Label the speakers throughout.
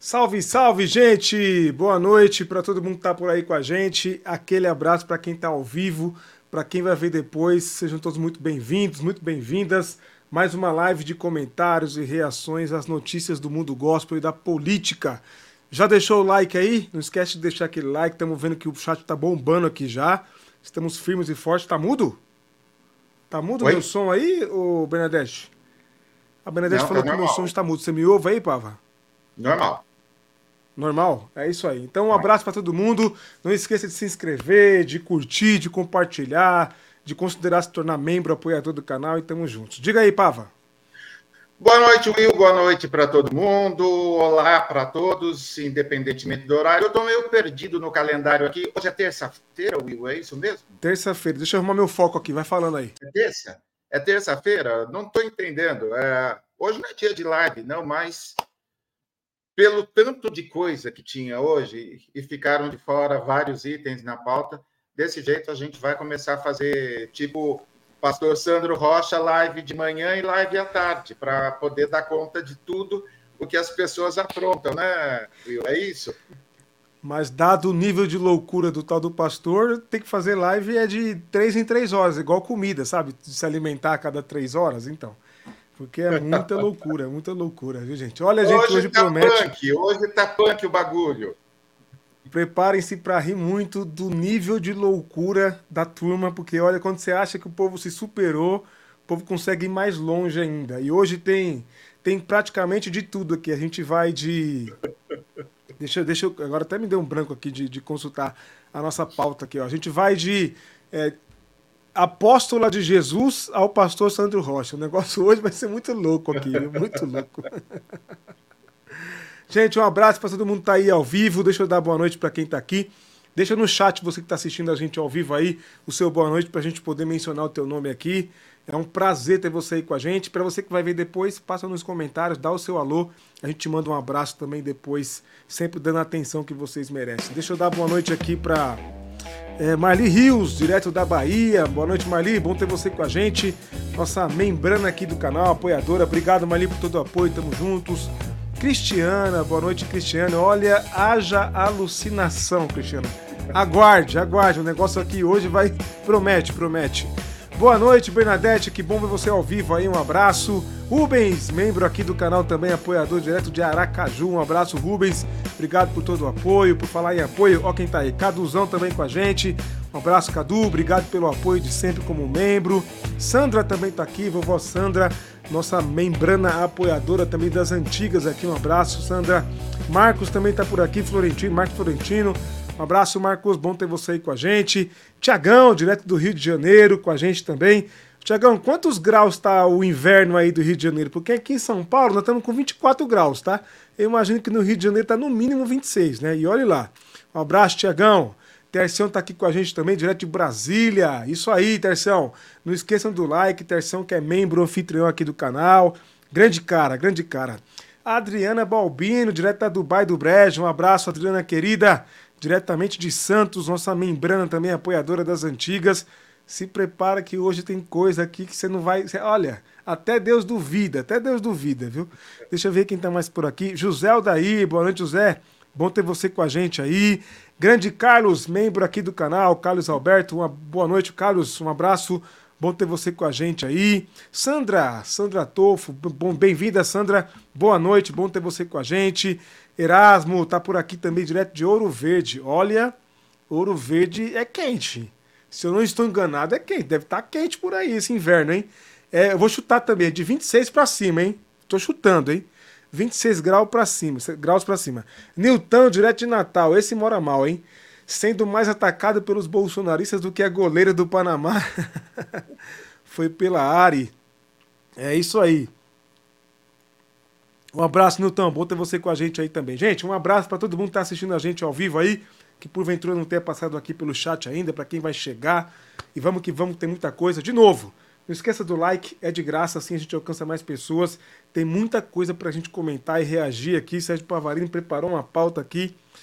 Speaker 1: Salve, salve, gente! Boa noite para todo mundo que tá por aí com a gente. Aquele abraço para quem tá ao vivo, para quem vai ver depois. Sejam todos muito bem-vindos, muito bem-vindas. Mais uma live de comentários e reações às notícias do mundo gospel e da política. Já deixou o like aí? Não esquece de deixar aquele like. Estamos vendo que o chat tá bombando aqui já. Estamos firmes e fortes. Tá mudo? Tá mudo o meu
Speaker 2: Oi?
Speaker 1: som aí, ô Bernadette? A Bernadette
Speaker 2: Não, tá
Speaker 1: falou que o meu som
Speaker 2: normal.
Speaker 1: está mudo. Você me ouve aí, Pava?
Speaker 2: Normal.
Speaker 1: Normal? É isso aí. Então, um abraço para todo mundo. Não esqueça de se inscrever, de curtir, de compartilhar, de considerar se tornar membro, apoiador do canal e tamo juntos. Diga aí, Pava.
Speaker 2: Boa noite, Will. Boa noite para todo mundo. Olá para todos, independentemente do horário. Eu estou meio perdido no calendário aqui. Hoje é terça-feira, Will, é isso mesmo?
Speaker 1: Terça-feira. Deixa eu arrumar meu foco aqui. Vai falando aí.
Speaker 2: É terça? É terça-feira? Não estou entendendo. Hoje não é dia de live, não, mas pelo tanto de coisa que tinha hoje e ficaram de fora vários itens na pauta, desse jeito a gente vai começar a fazer tipo Pastor Sandro Rocha, live de manhã e live à tarde, para poder dar conta de tudo o que as pessoas aprontam, né, Will? É isso?
Speaker 1: Mas dado o nível de loucura do tal do pastor, tem que fazer live é de 3 em 3 horas, igual comida, sabe? De se alimentar a cada 3 horas, então. Porque é muita loucura, viu, gente? Olha, gente,
Speaker 2: Hoje
Speaker 1: hoje
Speaker 2: tá
Speaker 1: promete.
Speaker 2: punk, hoje tá punk o bagulho.
Speaker 1: Preparem-se para rir muito do nível de loucura da turma, porque olha, quando você acha que o povo se superou, o povo consegue ir mais longe ainda. E hoje tem praticamente de tudo aqui. A gente vai de. Agora até me deu um branco aqui de consultar a nossa pauta aqui. Ó. A gente vai de apóstola de Jesus ao pastor Sandro Rocha. O negócio hoje vai ser muito louco aqui, viu? Muito louco. Gente, um abraço para todo mundo que tá aí ao vivo. Deixa eu dar boa noite para quem tá aqui. Deixa no chat você que está assistindo a gente ao vivo aí o seu boa noite para a gente poder mencionar o teu nome aqui. É um prazer ter você aí com a gente. Para você que vai ver depois, passa nos comentários, dá o seu alô. A gente te manda um abraço também depois, sempre dando a atenção que vocês merecem. Deixa eu dar boa noite aqui para Marli Rios, direto da Bahia. Boa noite, Marli. Bom ter você com a gente. Nossa membrana aqui do canal, apoiadora. Obrigado, Marli, por todo o apoio. Tamo juntos. Cristiana, boa noite, Cristiana. Olha, haja alucinação, Cristiana. Aguarde, aguarde. O negócio aqui hoje vai. Promete, promete. Boa noite, Bernadette. Que bom ver você ao vivo aí. Um abraço. Rubens, membro aqui do canal também, apoiador direto de Aracaju. Um abraço, Rubens. Obrigado por todo o apoio. Por falar em apoio, ó quem tá aí. Caduzão também com a gente. Um abraço, Cadu. Obrigado pelo apoio de sempre como membro. Sandra também tá aqui, vovó Sandra, nossa membrana apoiadora também das antigas aqui. Um abraço, Sandra. Marcos também tá por aqui, Florentino, Marcos Florentino. Um abraço, Marcos. Bom ter você aí com a gente. Tiagão, direto do Rio de Janeiro, com a gente também. Tiagão, quantos graus tá o inverno aí do Rio de Janeiro? Porque aqui em São Paulo nós estamos com 24 graus, tá? Eu imagino que no Rio de Janeiro tá no mínimo 26, né? E olha lá. Um abraço, Tiagão. Terção tá aqui com a gente também, direto de Brasília. Isso aí, Terção. Não esqueçam do like, Terção que é membro anfitrião aqui do canal. Grande cara, grande cara. A Adriana Balbino, direto da Dubai do Brejo. Um abraço, Adriana querida. Diretamente de Santos, nossa membrana também, apoiadora das antigas. Se prepara que hoje tem coisa aqui que você não vai... Olha, até Deus duvida, viu? Deixa eu ver quem tá mais por aqui. José Aldair, boa noite, José. Bom ter você com a gente aí. Grande Carlos, membro aqui do canal, Carlos Alberto, uma boa noite, Carlos, um abraço, bom ter você com a gente aí. Sandra Tofo, bem-vinda, Sandra, boa noite, bom ter você com a gente. Erasmo, tá por aqui também, direto de Ouro Verde. Olha, Ouro Verde é quente. Se eu não estou enganado, é quente, deve estar quente por aí esse inverno, hein? Eu vou chutar também, de 26 para cima, hein? Tô chutando, hein? 26 graus para cima. Nilton, direto de Natal. Esse mora mal, hein? Sendo mais atacado pelos bolsonaristas do que a goleira do Panamá. Foi pela Ari. É isso aí. Um abraço, Nilton. Bom ter você com a gente aí também. Gente, um abraço para todo mundo que tá assistindo a gente ao vivo aí, que porventura não tenha passado aqui pelo chat ainda, para quem vai chegar. E vamos que vamos, tem muita coisa. De novo, não esqueça do like, é de graça, assim a gente alcança mais pessoas. Tem muita coisa pra gente comentar e reagir aqui. Sérgio Pavarini preparou uma pauta aqui.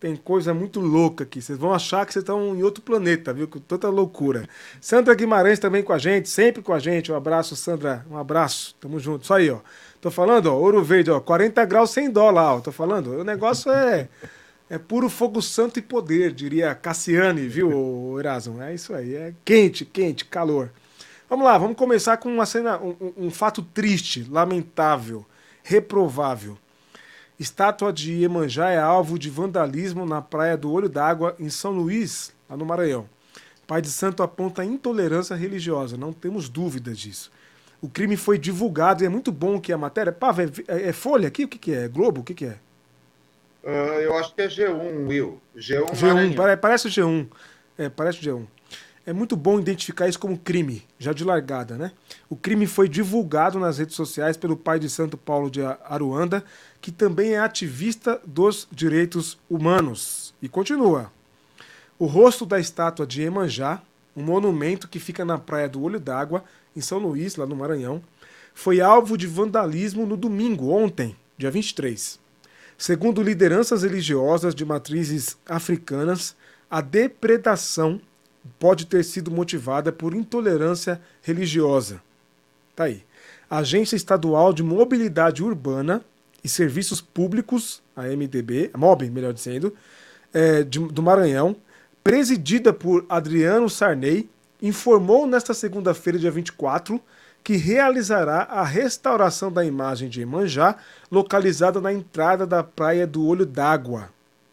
Speaker 1: Tem coisa muito louca aqui. Vocês vão achar que vocês estão em outro planeta, viu? Com tanta loucura. Sandra Guimarães também com a gente, sempre com a gente. Um abraço, Sandra. Um abraço. Tamo junto. Isso aí, ó. Tô falando, ó, Ouro Verde, ó, 40 graus sem dó lá, ó. Tô falando. O negócio é puro fogo santo e poder, diria Cassiane, viu, Erasmo? É isso aí. É quente, quente, calor. Vamos lá, vamos começar com uma cena, um fato triste, lamentável, reprovável. Estátua de Iemanjá é alvo de vandalismo na praia do Olho d'Água, em São Luís, lá no Maranhão. Pai de Santo aponta intolerância religiosa, não temos dúvidas disso. O crime foi divulgado e é muito bom que a matéria... Pá, é Folha aqui? O que é? Globo? O que é?
Speaker 2: Eu acho que é G1, Will. G1
Speaker 1: G1,
Speaker 2: Maranhão.
Speaker 1: parece o G1. Parece o G1. É muito bom identificar isso como crime, já de largada, né? O crime foi divulgado nas redes sociais pelo pai de Santo Paulo de Aruanda, que também é ativista dos direitos humanos. E continua. O rosto da estátua de Iemanjá, um monumento que fica na praia do Olho d'Água, em São Luís, lá no Maranhão, foi alvo de vandalismo no domingo, ontem, dia 23. Segundo lideranças religiosas de matrizes africanas, a depredação pode ter sido motivada por intolerância religiosa. Tá aí. A Agência Estadual de Mobilidade Urbana e Serviços Públicos, a MDB, a MOB, melhor dizendo, do Maranhão, presidida por Adriano Sarney, informou nesta segunda-feira, dia 24, que realizará a restauração da imagem de Iemanjá, localizada na entrada da praia do Olho d'Água.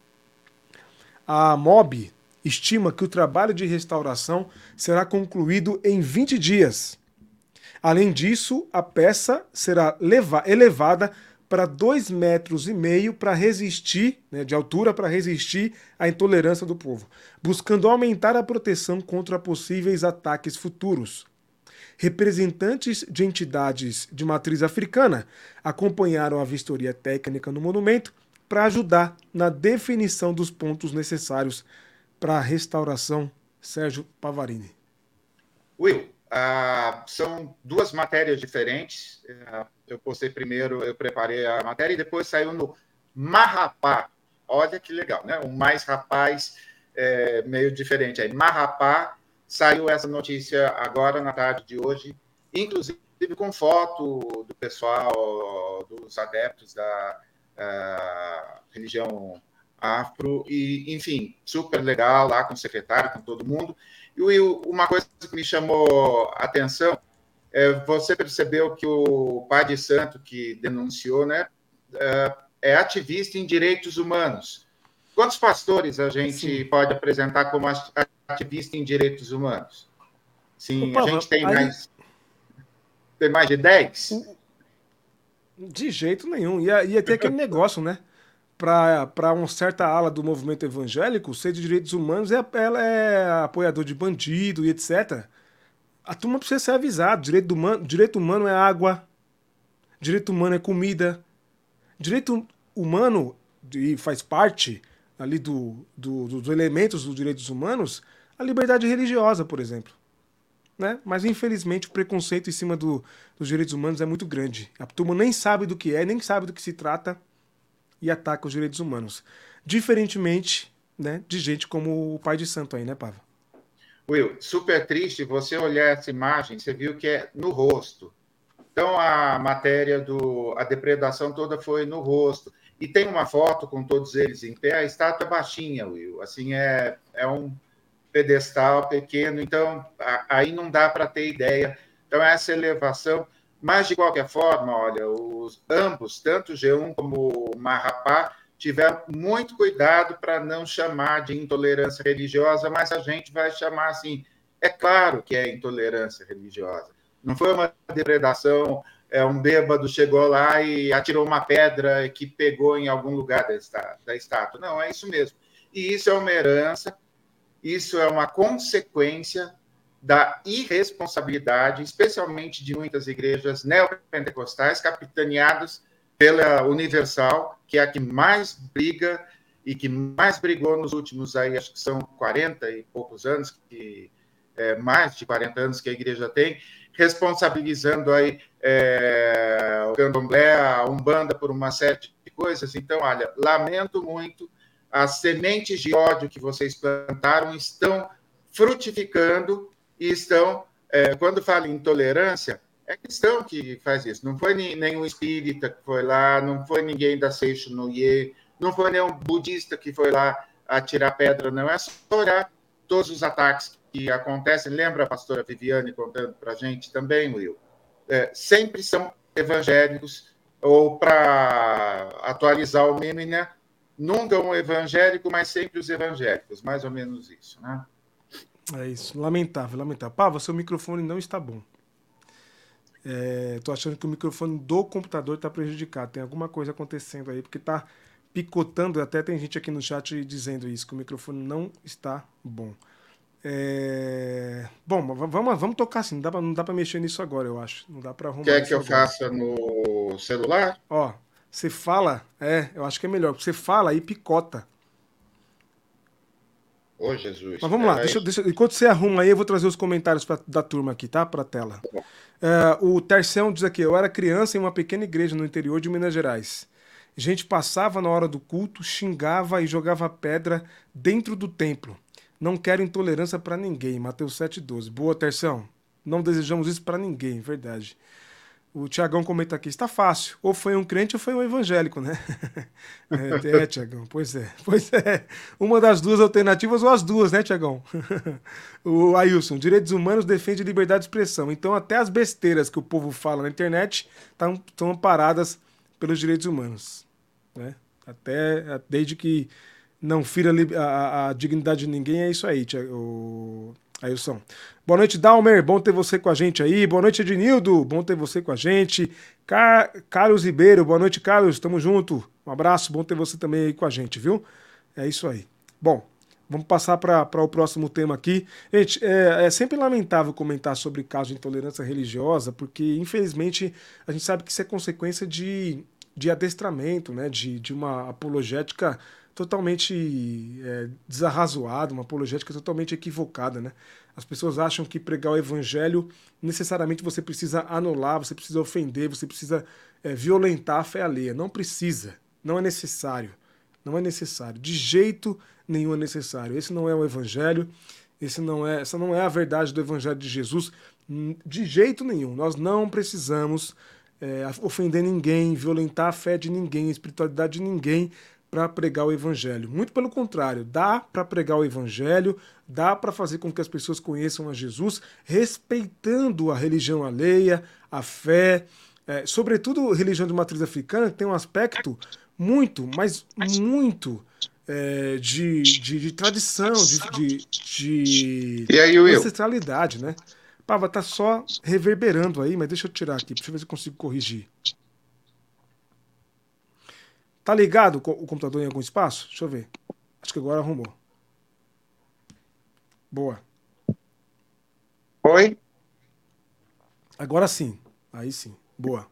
Speaker 1: A MOB estima que o trabalho de restauração será concluído em 20 dias. Além disso, a peça será elevada para 2,5 metros para resistir, né, de altura, para resistir à intolerância do povo, buscando aumentar a proteção contra possíveis ataques futuros. Representantes de entidades de matriz africana acompanharam a vistoria técnica no monumento para ajudar na definição dos pontos necessários para a restauração. Sérgio Pavarini.
Speaker 2: Will, são duas matérias diferentes. Eu postei primeiro, eu preparei a matéria e depois saiu no Marrapá. Olha que legal, né? Um mais rapaz meio diferente aí. Marrapá, saiu essa notícia agora na tarde de hoje, inclusive com foto do pessoal, dos adeptos da religião afro, e, enfim, super legal lá com o secretário, com todo mundo. E uma coisa que me chamou a atenção, você percebeu que o pai de santo que denunciou, né, é ativista em direitos humanos. Quantos pastores a gente pode apresentar como ativista em direitos humanos? Sim, a gente tem mais de 10?
Speaker 1: De jeito nenhum. Ia ter aquele negócio, né? Para uma certa ala do movimento evangélico, ser de direitos humanos ela é apoiador de bandido e etc. A turma precisa ser avisada. Direito humano é água, direito humano é comida, direito humano, e faz parte ali dos elementos dos direitos humanos, a liberdade religiosa, por exemplo. Né? Mas, infelizmente, o preconceito em cima dos direitos humanos é muito grande. A turma nem sabe do que é, nem sabe do que se trata e ataca os direitos humanos. Diferentemente, né, de gente como o pai de santo aí, né, Pava?
Speaker 2: Will, super triste, você olhar essa imagem, você viu que é no rosto. Então, a matéria a depredação toda foi no rosto. E tem uma foto com todos eles em pé, a estátua é baixinha, Will. Assim, é um pedestal pequeno, então aí não dá para ter ideia. Então, essa elevação, mas de qualquer forma, olha, ambos, tanto o G1 como o Marrapá, tiveram muito cuidado para não chamar de intolerância religiosa, mas a gente vai chamar assim, é claro que é intolerância religiosa. Não foi uma depredação, um bêbado chegou lá e atirou uma pedra que pegou em algum lugar da estátua. Não, é isso mesmo. E isso é uma herança, isso é uma consequência da irresponsabilidade, especialmente de muitas igrejas neopentecostais, capitaneadas pela Universal, que é a que mais briga e que mais brigou nos últimos, aí, acho que são 40 e poucos anos, mais de 40 anos que a igreja tem, responsabilizando aí o candomblé, a Umbanda por uma série de coisas. Então, olha, lamento muito, as sementes de ódio que vocês plantaram estão frutificando e estão, quando fala em intolerância, é cristão que faz isso. Não foi nenhum espírita que foi lá, não foi ninguém da Seixo no Ye, não foi nenhum budista que foi lá atirar pedra, não. É só olhar todos os ataques que acontecem. Lembra a pastora Viviane contando para a gente também, Will? Sempre são evangélicos, ou para atualizar o meme, né? Nunca um evangélico, mas sempre os evangélicos. Mais ou menos isso, né?
Speaker 1: É isso. Lamentável, lamentável. Pava, seu microfone não está bom. Tô achando que o microfone do computador está prejudicado. Tem alguma coisa acontecendo aí, porque está picotando. Até tem gente aqui no chat dizendo isso, que o microfone não está bom. Bom, vamos tocar assim. Não dá para mexer nisso agora, eu acho. Não dá para arrumar.
Speaker 2: Quer que eu faça no celular?
Speaker 1: Ó, você fala, eu acho que é melhor. Você fala e picota.
Speaker 2: Ô, Jesus.
Speaker 1: Mas vamos lá, enquanto você arruma aí, eu vou trazer os comentários da turma aqui, tá? Pra tela. O Tercião diz aqui: eu era criança em uma pequena igreja no interior de Minas Gerais. A gente passava na hora do culto, xingava e jogava pedra dentro do templo. Não quero intolerância pra ninguém. Mateus 7,12. Boa, Tercião. Não desejamos isso pra ninguém, verdade. O Tiagão comenta aqui: está fácil. Ou foi um crente ou foi um evangélico, né? Tiagão, pois é. Uma das duas alternativas ou as duas, né, Tiagão? O Ailson: direitos humanos defende liberdade de expressão. Então até as besteiras que o povo fala na internet estão amparadas pelos direitos humanos, né? Desde que não fira a dignidade de ninguém, é isso aí, Ailson. Boa noite, Dalmer. Bom ter você com a gente aí. Boa noite, Ednildo. Bom ter você com a gente. Carlos Ribeiro. Boa noite, Carlos. Tamo junto. Um abraço. Bom ter você também aí com a gente, viu? É isso aí. Bom, vamos passar para o próximo tema aqui. Gente, é sempre lamentável comentar sobre casos de intolerância religiosa, porque, infelizmente, a gente sabe que isso é consequência de adestramento, né? De uma apologética totalmente desarrazoada, uma apologética totalmente equivocada, né? As pessoas acham que pregar o evangelho necessariamente você precisa anular, você precisa ofender, você precisa violentar a fé alheia. Não precisa, não é necessário. Não é necessário, de jeito nenhum é necessário. Esse não é o evangelho, essa não é a verdade do evangelho de Jesus, de jeito nenhum. Nós não precisamos ofender ninguém, violentar a fé de ninguém, a espiritualidade de ninguém, para pregar o evangelho. Muito pelo contrário, dá para pregar o evangelho, dá para fazer com que as pessoas conheçam a Jesus, respeitando a religião alheia, a fé, sobretudo a religião de matriz africana, que tem um aspecto muito, mas muito de tradição, de
Speaker 2: e aí, Will?
Speaker 1: ancestralidade, né? Pava, tá só reverberando aí, mas deixa eu tirar aqui, deixa eu ver se eu consigo corrigir. Tá ligado o computador em algum espaço? Deixa eu ver. Acho que agora arrumou. Boa.
Speaker 2: Oi?
Speaker 1: Agora sim. Aí sim. Boa.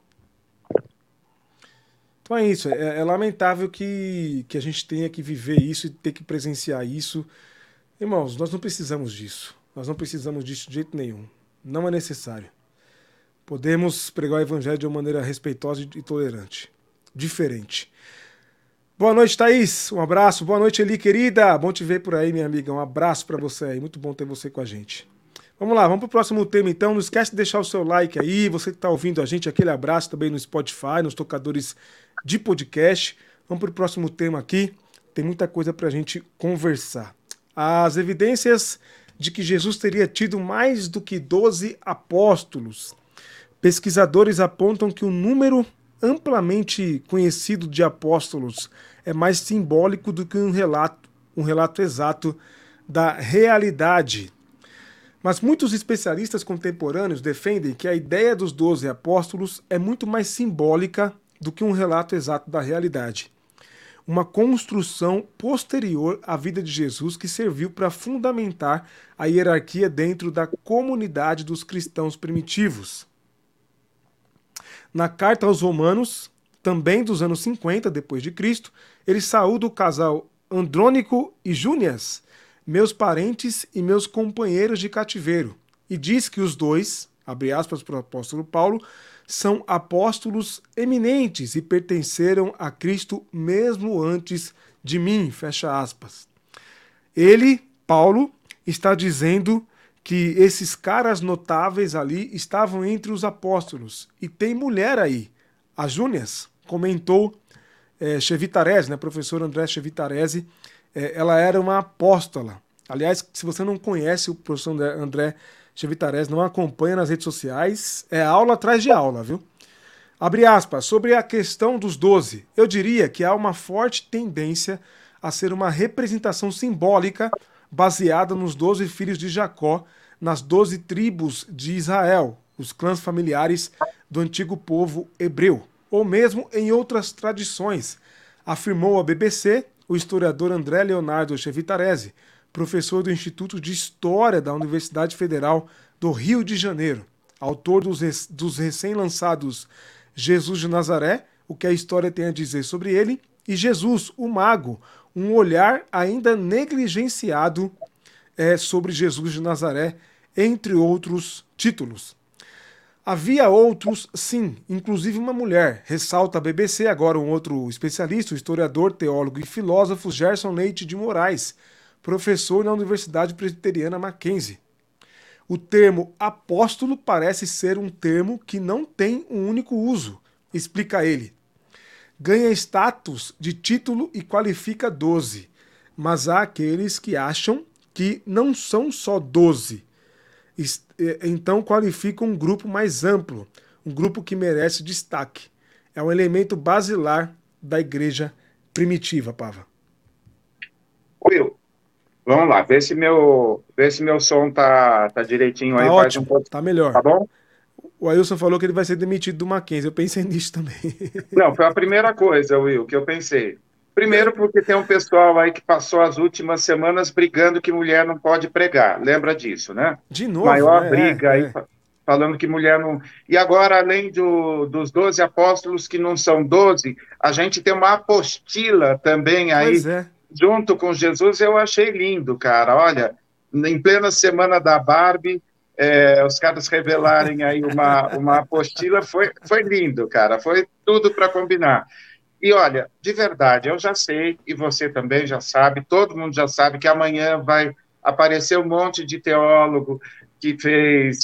Speaker 1: Então é isso. É lamentável que a gente tenha que viver isso e ter que presenciar isso. Irmãos, nós não precisamos disso. Nós não precisamos disso de jeito nenhum. Não é necessário. Podemos pregar o evangelho de uma maneira respeitosa e tolerante. Diferente. Boa noite, Thaís. Um abraço. Boa noite, Eli, querida. Bom te ver por aí, minha amiga. Um abraço para você aí. Muito bom ter você com a gente. Vamos lá, vamos pro próximo tema, então. Não esquece de deixar o seu like aí. Você que está ouvindo a gente, aquele abraço também no Spotify, nos tocadores de podcast. Vamos pro próximo tema aqui. Tem muita coisa para a gente conversar. As evidências de que Jesus teria tido mais do que 12 apóstolos. Pesquisadores apontam que o número amplamente conhecido de apóstolos é mais simbólico do que um relato exato da realidade. Mas muitos especialistas contemporâneos defendem que a ideia dos 12 apóstolos é muito mais simbólica do que um relato exato da realidade. Uma construção posterior à vida de Jesus que serviu para fundamentar a hierarquia dentro da comunidade dos cristãos primitivos. Na carta aos Romanos, também dos anos 50 depois de Cristo, ele saúda o casal Andrônico e Júnias, meus parentes e meus companheiros de cativeiro, e diz que os dois, abre aspas para o apóstolo Paulo, são apóstolos eminentes e pertenceram a Cristo mesmo antes de mim, fecha aspas. Ele, Paulo, está dizendo que esses caras notáveis ali estavam entre os apóstolos. E tem mulher aí. A Júnias comentou, Chevitarese, né, professor André Chevitarese, ela era uma apóstola. Aliás, se você não conhece o professor André Chevitarese, não acompanha nas redes sociais, é aula atrás de aula, viu? Abre aspas, sobre a questão dos 12, eu diria que há uma forte tendência a ser uma representação simbólica baseada nos 12 filhos de Jacó, nas 12 tribos de Israel, os clãs familiares do antigo povo hebreu, ou mesmo em outras tradições, afirmou à BBC o historiador André Leonardo Chevitarese, professor do Instituto de História da Universidade Federal do Rio de Janeiro, autor dos recém-lançados Jesus de Nazaré, o que a história tem a dizer sobre ele, e Jesus, o Mago, um olhar ainda negligenciado sobre Jesus de Nazaré, entre outros títulos. Havia outros, sim, inclusive uma mulher, ressalta a BBC, agora um outro especialista, o historiador, teólogo e filósofo Gerson Leite de Moraes, professor na Universidade Presbiteriana Mackenzie. O termo apóstolo parece ser um termo que não tem um único uso, explica ele. Ganha status de título e qualifica 12, mas há aqueles que acham que não são só 12. Então qualifica um grupo mais amplo, um grupo que merece destaque. É um elemento basilar da igreja primitiva, Pava.
Speaker 2: Will, vamos lá, vê se meu som tá direitinho aí,
Speaker 1: Tá
Speaker 2: faz um
Speaker 1: ótimo,
Speaker 2: pouco,
Speaker 1: tá melhor.
Speaker 2: tá bom?
Speaker 1: O Ailson falou que ele vai ser demitido do Mackenzie, eu pensei nisso também.
Speaker 2: Não, foi a primeira coisa, Will, que eu pensei. Primeiro porque tem um pessoal aí que passou as últimas semanas brigando que mulher não pode pregar, lembra disso, né?
Speaker 1: De novo,
Speaker 2: Maior
Speaker 1: né?
Speaker 2: briga aí, falando que mulher não... E agora, além dos 12 apóstolos que não são 12, a gente tem uma apostila também aí,
Speaker 1: Pois é.
Speaker 2: junto com Jesus, eu achei lindo, cara. Olha, em plena semana da Barbie, os caras revelarem aí uma apostila, foi lindo, cara. Foi tudo para combinar. E olha, de verdade, eu já sei, e você também já sabe, todo mundo já sabe que amanhã vai aparecer um monte de teólogo que fez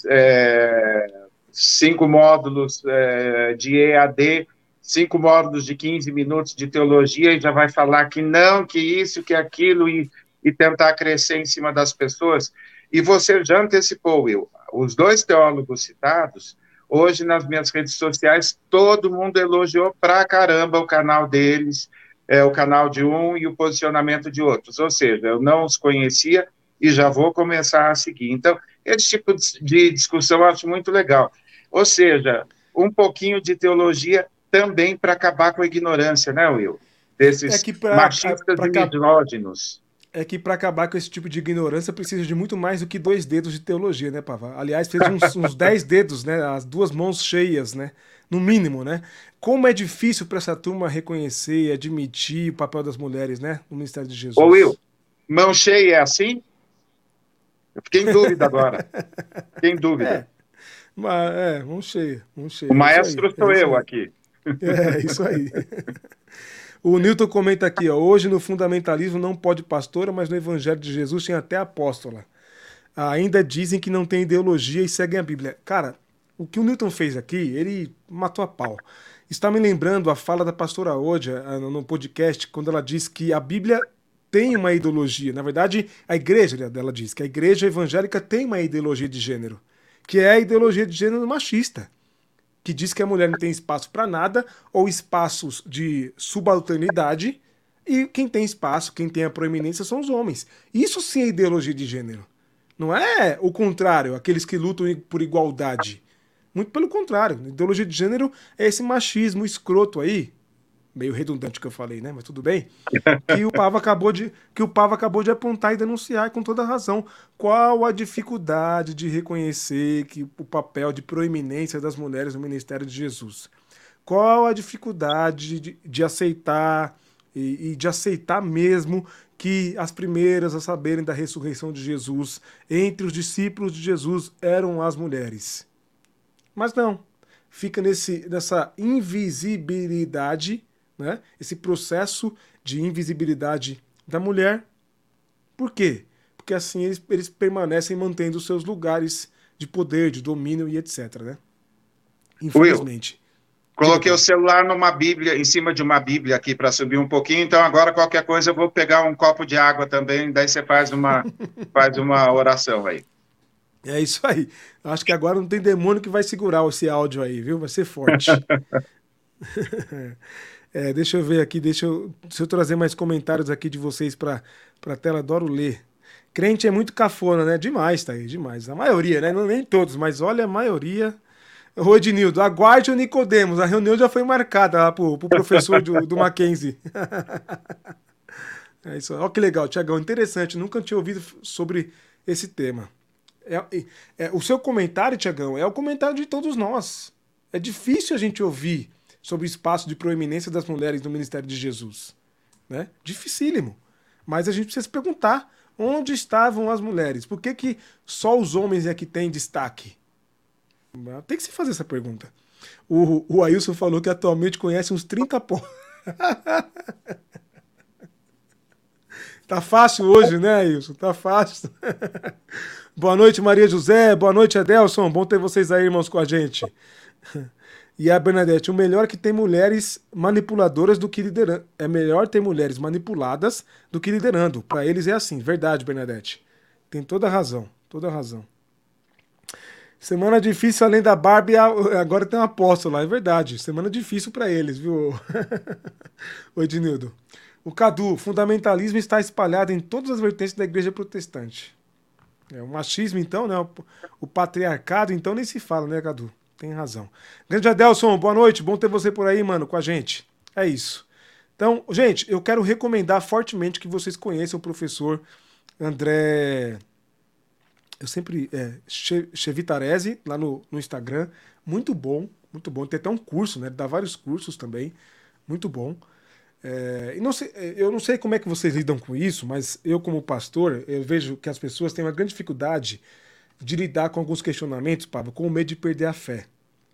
Speaker 2: 5 módulos de EAD, 5 módulos de 15 minutos de teologia e já vai falar que não, que isso, que aquilo, e tentar crescer em cima das pessoas. E você já antecipou, Will, os 2 teólogos citados. Hoje, nas minhas redes sociais, todo mundo elogiou pra caramba o canal deles, o canal de um e o posicionamento de outros. Ou seja, eu não os conhecia e já vou começar a seguir. Então, esse tipo de discussão eu acho muito legal. Ou seja, um pouquinho de teologia também para acabar com a ignorância, né, Will?
Speaker 1: É
Speaker 2: Desses
Speaker 1: que
Speaker 2: machistas e misóginos.
Speaker 1: para acabar com esse tipo de ignorância precisa de muito mais do que 2 dedos de teologia, né, Pava? Aliás, fez uns 10 dedos, né? As 2 mãos cheias, né? No mínimo, né? Como é difícil para essa turma reconhecer e admitir o papel das mulheres, né? No ministério de
Speaker 2: Ô, Will,
Speaker 1: Jesus.
Speaker 2: mão cheia é assim? Eu fiquei em dúvida agora. Fiquei em dúvida.
Speaker 1: É, mas, mão cheia, mão cheia.
Speaker 2: O
Speaker 1: É isso aí,
Speaker 2: maestro
Speaker 1: é
Speaker 2: sou
Speaker 1: isso
Speaker 2: eu
Speaker 1: aí.
Speaker 2: aqui.
Speaker 1: É isso aí. O Newton comenta aqui, ó, hoje no fundamentalismo não pode pastora, mas no evangelho de Jesus tem até apóstola. Ainda dizem que não tem ideologia e seguem a Bíblia. Cara, o que o Newton fez aqui, ele matou a pau. Está me lembrando a fala da pastora Odia no podcast, quando ela diz que a Bíblia tem uma ideologia. Na verdade, a igreja dela diz que a igreja evangélica tem uma ideologia de gênero, que é a ideologia de gênero machista, que diz que a mulher não tem espaço para nada ou espaços de subalternidade e quem tem espaço, quem tem a proeminência são os homens. Isso sim é ideologia de gênero. Não é o contrário, aqueles que lutam por igualdade. Muito pelo contrário. Ideologia de gênero é esse machismo escroto aí, meio redundante que eu falei, né? Mas tudo bem. Que o Pava acabou de apontar e denunciar com toda razão. Qual a dificuldade de reconhecer que o papel de proeminência das mulheres no ministério de Jesus? Qual a dificuldade de aceitar e de aceitar mesmo que as primeiras a saberem da ressurreição de Jesus entre os discípulos de Jesus eram as mulheres? Mas não. Fica nessa invisibilidade, né? Esse processo de invisibilidade da mulher. Por quê? Porque assim eles permanecem mantendo os seus lugares de poder, de domínio e etc, né?
Speaker 2: Will,
Speaker 1: Infelizmente. Diga,
Speaker 2: coloquei o
Speaker 1: pai.
Speaker 2: celular numa Bíblia, em cima de uma Bíblia aqui para subir um pouquinho, então agora qualquer coisa eu vou pegar um copo de água também, daí você faz uma oração aí.
Speaker 1: É isso aí. Acho que agora não tem demônio que vai segurar esse áudio aí, viu? Vai ser forte. Deixa eu ver aqui, deixa eu trazer mais comentários aqui de vocês para a tela. Adoro ler. Crente é muito cafona, né? Demais, tá aí, demais. A maioria, né? Não, nem todos, mas olha a maioria. Ô Ednildo, aguarde o Nicodemos. A reunião já foi marcada lá pro professor do Mackenzie. É isso. Olha que legal, Tiagão. Interessante. Nunca tinha ouvido sobre esse tema. O seu comentário, Tiagão, é o comentário de todos nós. É difícil a gente ouvir sobre o espaço de proeminência das mulheres no ministério de Jesus. Né? Dificílimo. Mas a gente precisa se perguntar onde estavam as mulheres? Por que só os homens é que têm destaque? Tem que se fazer essa pergunta. O Ailson falou que atualmente conhece uns 30 Tá fácil hoje, né, Ailson? Tá fácil. Boa noite, Maria José. Boa noite, Adelson. Bom ter vocês aí, irmãos, com a gente. E a Bernadette, o melhor é que tem mulheres manipuladoras do que liderando. É melhor ter mulheres manipuladas do que liderando. Para eles é assim. Verdade, Bernadette. Tem toda a razão. Toda a razão. Semana difícil além da Barbie, agora tem uma apóstola, é verdade. Semana difícil para eles, viu? Oi, Ednildo. O Cadu, fundamentalismo está espalhado em todas as vertentes da igreja protestante. O machismo, então, né? O patriarcado, então, nem se fala, né, Cadu? Tem razão. Grande Adelson, boa noite. Bom ter você por aí, mano, com a gente. É isso. Então, gente, eu quero recomendar fortemente que vocês conheçam o professor André... Eu sempre... Chevitarese, lá no Instagram. Muito bom, muito bom. Tem até um curso, né? Ele dá vários cursos também. Muito bom. Eu não sei como é que vocês lidam com isso, mas eu, como pastor, eu vejo que as pessoas têm uma grande dificuldade de lidar com alguns questionamentos, Pablo, com o medo de perder a fé.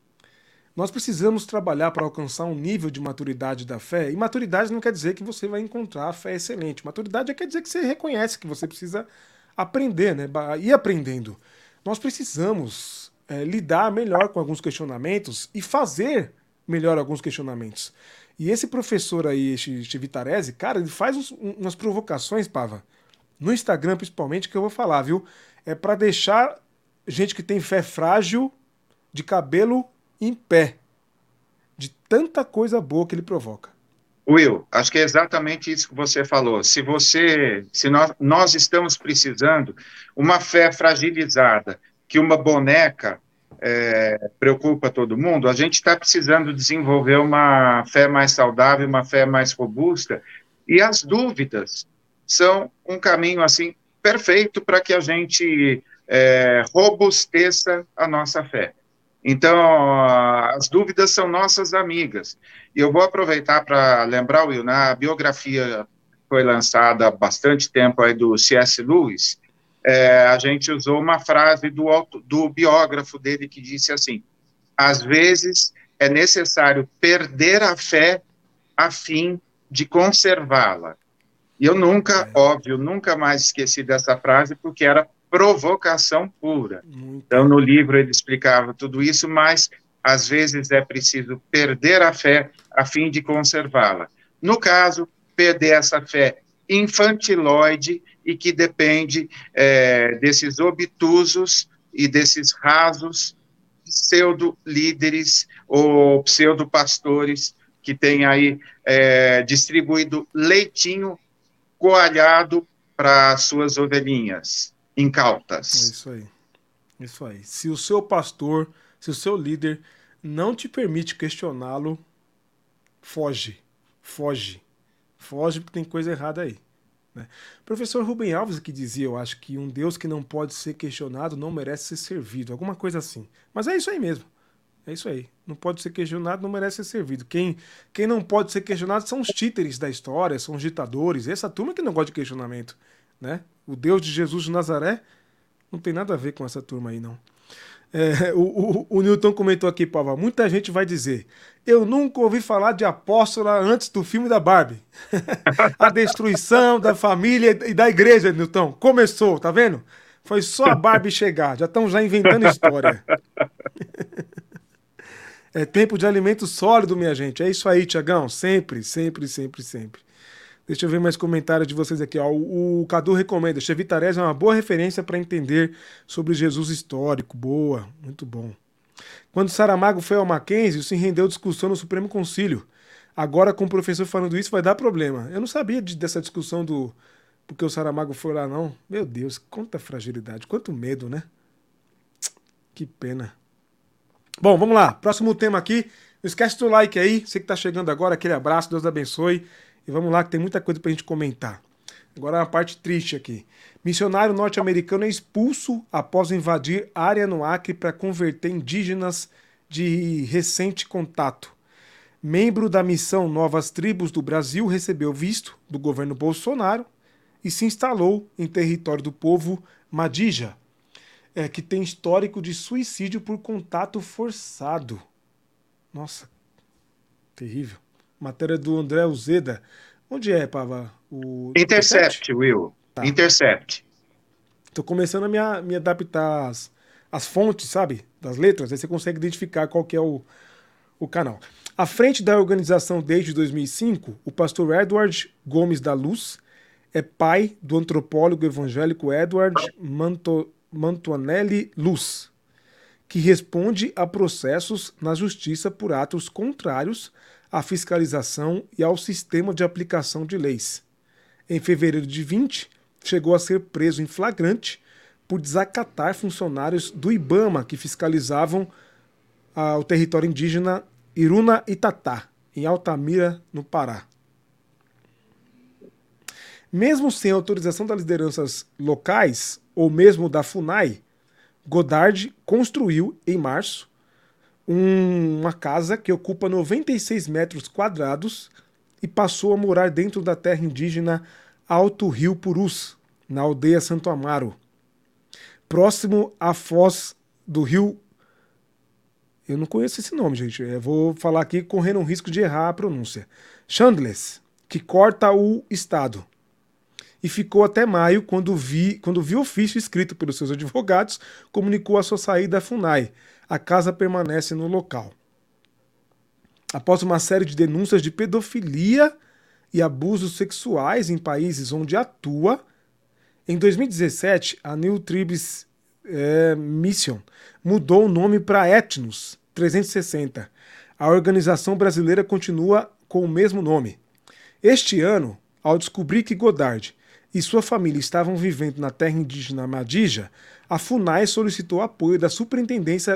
Speaker 1: Nós precisamos trabalhar para alcançar um nível de maturidade da fé, e maturidade não quer dizer que você vai encontrar a fé excelente. Maturidade quer dizer que você reconhece que você precisa aprender, né? Ir aprendendo. Nós precisamos lidar melhor com alguns questionamentos e fazer melhor alguns questionamentos. E esse professor aí, esse Vitarese, cara, ele faz umas provocações, Pava, no Instagram principalmente, que eu vou falar, viu? É para deixar gente que tem fé frágil de cabelo em pé. De tanta coisa boa que ele provoca.
Speaker 2: Will, acho que é exatamente isso que você falou. Se nós estamos precisando uma fé fragilizada, que uma boneca preocupa todo mundo, a gente está precisando desenvolver uma fé mais saudável, uma fé mais robusta, e as dúvidas são um caminho assim perfeito para que a gente robusteça a nossa fé. Então, as dúvidas são nossas amigas. E eu vou aproveitar para lembrar, Will, na biografia que foi lançada há bastante tempo aí do C.S. Lewis, a gente usou uma frase do biógrafo dele que disse assim: às vezes é necessário perder a fé a fim de conservá-la. E eu nunca mais esqueci dessa frase, porque era provocação pura.
Speaker 1: Muito.
Speaker 2: Então, no livro ele explicava tudo isso, mas às vezes é preciso perder a fé a fim de conservá-la. No caso, perder essa fé infantiloide e que depende desses obtusos e desses rasos pseudo-líderes ou pseudo-pastores que têm aí distribuído leitinho coalhado para suas ovelhinhas incautas.
Speaker 1: Isso aí. Isso aí. Se o seu pastor, se o seu líder não te permite questioná-lo, foge. Foge. Foge porque tem coisa errada aí. Né? O professor Rubem Alves que dizia, eu acho, que um Deus que não pode ser questionado não merece ser servido. Alguma coisa assim. Mas é isso aí mesmo. É isso aí. Não pode ser questionado, não merece ser servido. Quem não pode ser questionado são os títeres da história, são os ditadores. Essa turma que não gosta de questionamento. Né? O Deus de Jesus de Nazaré não tem nada a ver com essa turma aí, não. O Newton comentou aqui, Pava, muita gente vai dizer, eu nunca ouvi falar de Apóstola antes do filme da Barbie. A destruição da família e da igreja, Newton, começou, tá vendo? Foi só a Barbie chegar, já estão já inventando história. É tempo de alimento sólido, minha gente. É isso aí, Tiagão. Sempre, sempre, sempre, sempre. Deixa eu ver mais comentários de vocês aqui. Ó. O Cadu recomenda. Chevitarese é uma boa referência para entender sobre Jesus histórico. Boa, muito bom. Quando Saramago foi ao Mackenzie, se rendeu discussão no Supremo Concílio. Agora, com o professor falando isso, vai dar problema. Eu não sabia dessa discussão do porque o Saramago foi lá, não. Meu Deus, quanta fragilidade, quanto medo, né? Que pena. Bom, vamos lá. Próximo tema aqui. Não esquece do like aí. Você que está chegando agora, aquele abraço, Deus abençoe. E vamos lá, que tem muita coisa para a gente comentar. Agora uma parte triste aqui. Missionário norte-americano é expulso após invadir área no Acre para converter indígenas de recente contato. Membro da missão Novas Tribos do Brasil recebeu visto do governo Bolsonaro e se instalou em território do povo Madija, que tem histórico de suicídio por contato forçado. Nossa, terrível. Matéria do André Uzeda. Onde é, Pava? O
Speaker 2: Intercept, Will.
Speaker 1: Tá.
Speaker 2: Intercept.
Speaker 1: Tô começando a me adaptar às fontes, sabe? Das letras. Aí você consegue identificar qual que é o canal. À frente da organização desde 2005, o pastor Edward Gomes da Luz é pai do antropólogo evangélico Edward Mantuanelli Luz, que responde a processos na justiça por atos contrários à fiscalização e ao sistema de aplicação de leis. Em fevereiro de 20, chegou a ser preso em flagrante por desacatar funcionários do IBAMA que fiscalizavam o território indígena Iruna Itatá, em Altamira, no Pará. Mesmo sem autorização das lideranças locais, ou mesmo da FUNAI, Godard construiu, em março, uma casa que ocupa 96 metros quadrados e passou a morar dentro da terra indígena Alto Rio Purus, na aldeia Santo Amaro, próximo à foz do rio. Eu não conheço esse nome, gente. Eu vou falar aqui correndo um risco de errar a pronúncia. Chandless, que corta o estado. E ficou até maio, quando viu o ofício escrito pelos seus advogados, comunicou a sua saída à FUNAI. A casa permanece no local. Após uma série de denúncias de pedofilia e abusos sexuais em países onde atua, em 2017, a New Tribes Mission mudou o nome para Etnos 360. A organização brasileira continua com o mesmo nome. Este ano, ao descobrir que Godard e sua família estavam vivendo na terra indígena Madija, a FUNAI solicitou apoio da Superintendência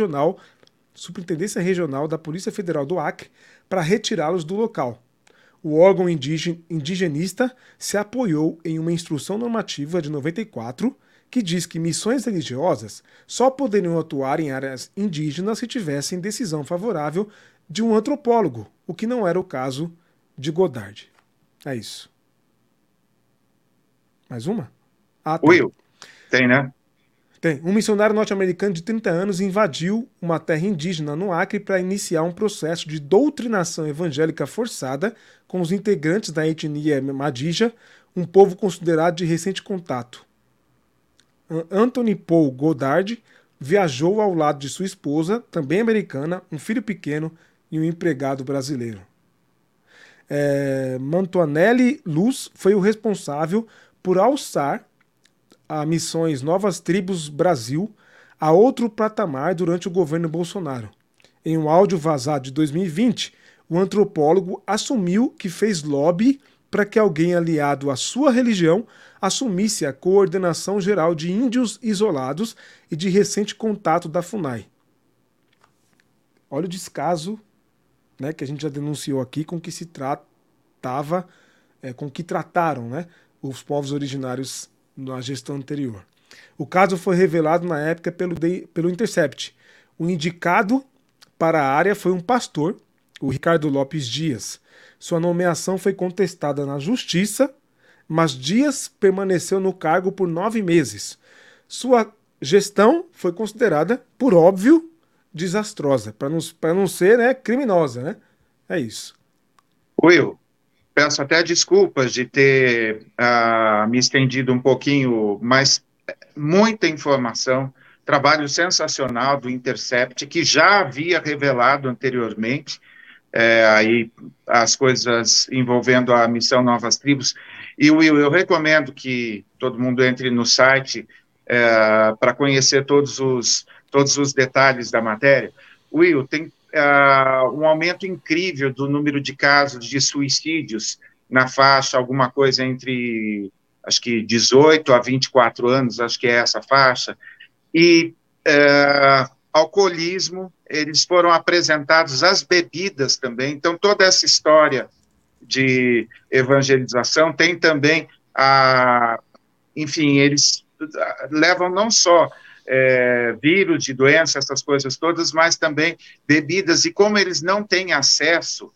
Speaker 1: Regional da Polícia Federal do Acre para retirá-los do local. O órgão indigenista se apoiou em uma instrução normativa de 94 que diz que missões religiosas só poderiam atuar em áreas indígenas se tivessem decisão favorável de um antropólogo, o que não era o caso de Godard. É isso. Mais uma? Ah, tem.
Speaker 2: Will, tem, né?
Speaker 1: Tem. Um missionário norte-americano de 30 anos invadiu uma terra indígena no Acre para iniciar um processo de doutrinação evangélica forçada com os integrantes da etnia Madija, um povo considerado de recente contato. Anthony Paul Godard viajou ao lado de sua esposa, também americana, um filho pequeno e um empregado brasileiro. Mantuanelli Luz foi o responsável por alçar a Missões Novas Tribos Brasil a outro patamar durante o governo Bolsonaro. Em um áudio vazado de 2020, o antropólogo assumiu que fez lobby para que alguém aliado à sua religião assumisse a coordenação geral de índios isolados e de recente contato da FUNAI. Olha o descaso, né, que a gente já denunciou aqui com que se tratava, com que trataram, né, os povos originários na gestão anterior. O caso foi revelado na época pelo Intercept. O indicado para a área foi um pastor, o Ricardo Lopes Dias. Sua nomeação foi contestada na justiça, mas Dias permaneceu no cargo por 9 meses. Sua gestão foi considerada, por óbvio, desastrosa, para não ser, né, criminosa, né? É isso.
Speaker 2: Will, peço até desculpas de ter me estendido um pouquinho, mas muita informação, trabalho sensacional do Intercept, que já havia revelado anteriormente, aí as coisas envolvendo a missão Novas Tribos. E, Will, eu recomendo que todo mundo entre no site para conhecer todos os detalhes da matéria. Will, tem um aumento incrível do número de casos de suicídios na faixa, alguma coisa entre, acho que 18 a 24 anos, acho que é essa faixa, e alcoolismo, eles foram apresentados as bebidas também, então toda essa história de evangelização tem também enfim, eles levam não só vírus de doença, essas coisas todas, mas também bebidas, e como eles não têm acesso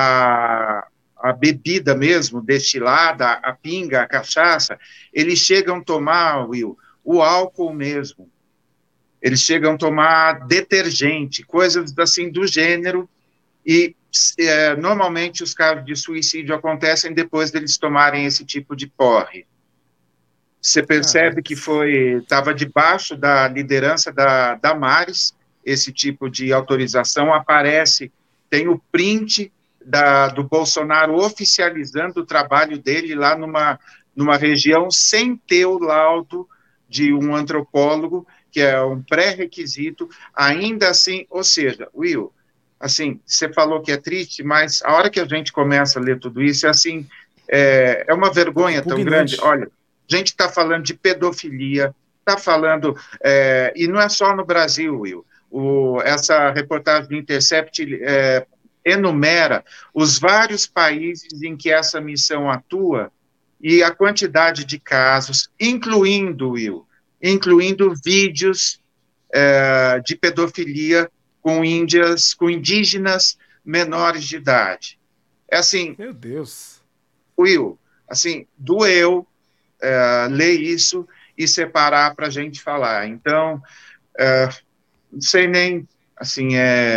Speaker 2: a bebida mesmo, destilada, a pinga, a cachaça, eles chegam a tomar, Will, o álcool mesmo. Eles chegam a tomar detergente, coisas assim do gênero, e normalmente os casos de suicídio acontecem depois deles tomarem esse tipo de porre. Você percebe que
Speaker 1: Caracas.
Speaker 2: estava debaixo da liderança da Damares, esse tipo de autorização aparece, tem o print do Bolsonaro oficializando o trabalho dele lá numa região sem ter o laudo de um antropólogo, que é um pré-requisito, ainda assim, ou seja, Will, assim, você falou que é triste, mas a hora que a gente começa a ler tudo isso, é assim, é uma vergonha tão grande.
Speaker 1: Repugnante.
Speaker 2: Olha, a gente está falando de pedofilia, está falando, e não é só no Brasil, Will. Essa reportagem do Intercept enumera os vários países em que essa missão atua e a quantidade de casos, incluindo, Will, incluindo vídeos de pedofilia com indígenas menores de idade. É assim,
Speaker 1: Meu Deus.
Speaker 2: Will, assim, doeu ler isso e separar para a gente falar. Então, não sei nem, assim,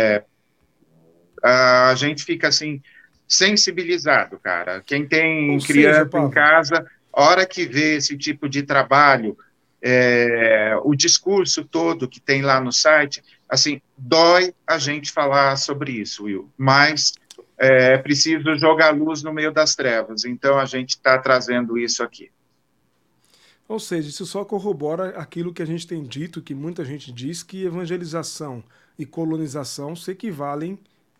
Speaker 2: a gente fica, assim, sensibilizado, cara. Quem
Speaker 1: Ou
Speaker 2: tem
Speaker 1: seja,
Speaker 2: criança em
Speaker 1: Pablo,
Speaker 2: casa, a hora que vê esse tipo de trabalho, o discurso todo que tem lá no site, assim, dói a gente falar sobre isso, Will, mas é preciso jogar luz no meio das trevas, então a gente está trazendo isso aqui.
Speaker 1: ou seja, isso só corrobora aquilo que a gente tem dito, que muita gente diz, que evangelização e colonização se equivalem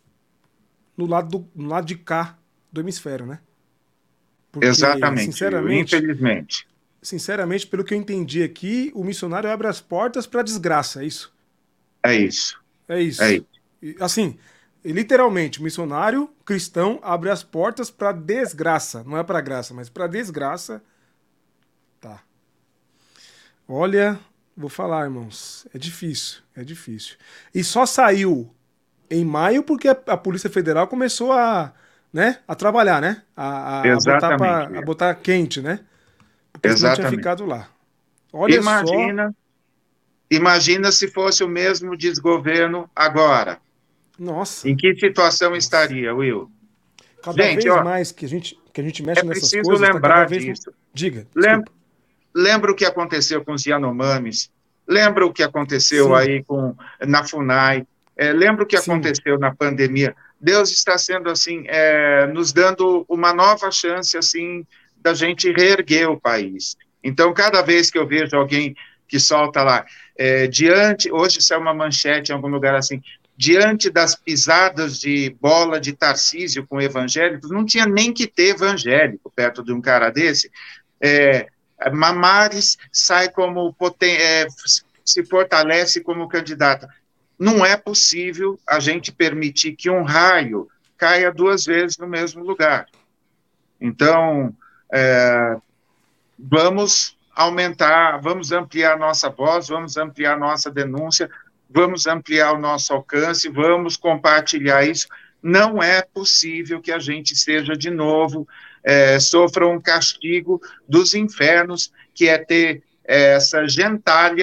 Speaker 1: no lado de cá do hemisfério, né? Porque,
Speaker 2: Exatamente, Will,
Speaker 1: sinceramente,
Speaker 2: infelizmente.
Speaker 1: sinceramente, pelo que eu entendi aqui, o missionário abre as portas para desgraça, é isso?
Speaker 2: É isso,
Speaker 1: É
Speaker 2: é
Speaker 1: isso.
Speaker 2: isso.
Speaker 1: Assim, literalmente, o missionário cristão abre as portas para desgraça, não é para graça, mas para desgraça. Tá. Olha, vou falar, irmãos, é difícil, é difícil. E só saiu em maio porque a Polícia Federal começou né, a trabalhar, né?
Speaker 2: Exatamente,
Speaker 1: A
Speaker 2: Will.
Speaker 1: botar quente, né? Porque senão tinha
Speaker 2: Exatamente.
Speaker 1: ficado lá. Olha só,
Speaker 2: Imagina, imagina se fosse o mesmo desgoverno agora.
Speaker 1: nossa,
Speaker 2: Em que situação
Speaker 1: nossa.
Speaker 2: estaria, Will?
Speaker 1: Cada
Speaker 2: Gente,
Speaker 1: vez
Speaker 2: ó,
Speaker 1: mais que a gente
Speaker 2: é
Speaker 1: mexe nessas
Speaker 2: preciso
Speaker 1: coisas, tá cada
Speaker 2: lembrar
Speaker 1: vez.
Speaker 2: disso.
Speaker 1: Diga,
Speaker 2: Lem-
Speaker 1: desculpa.
Speaker 2: Lembra o que aconteceu com os Yanomamis? Lembra o que aconteceu
Speaker 1: Sim,
Speaker 2: aí na FUNAI? Lembra o que
Speaker 1: sim.
Speaker 2: aconteceu na pandemia? Deus está sendo assim, nos dando uma nova chance assim da gente reerguer o país. Então, cada vez que eu vejo alguém que solta lá, hoje saiu uma manchete em algum lugar assim, diante das pisadas de bola de Tarcísio com evangélicos, não tinha nem que ter evangélico perto de um cara desse. É, Mamares sai se fortalece como candidata. Não é possível a gente permitir que um raio caia duas vezes no mesmo lugar. Então, vamos aumentar, vamos ampliar nossa voz, vamos ampliar nossa denúncia, vamos ampliar o nosso alcance, vamos compartilhar isso. Não é possível que a gente seja de novo, sofra um castigo dos infernos, que é ter essa gentalha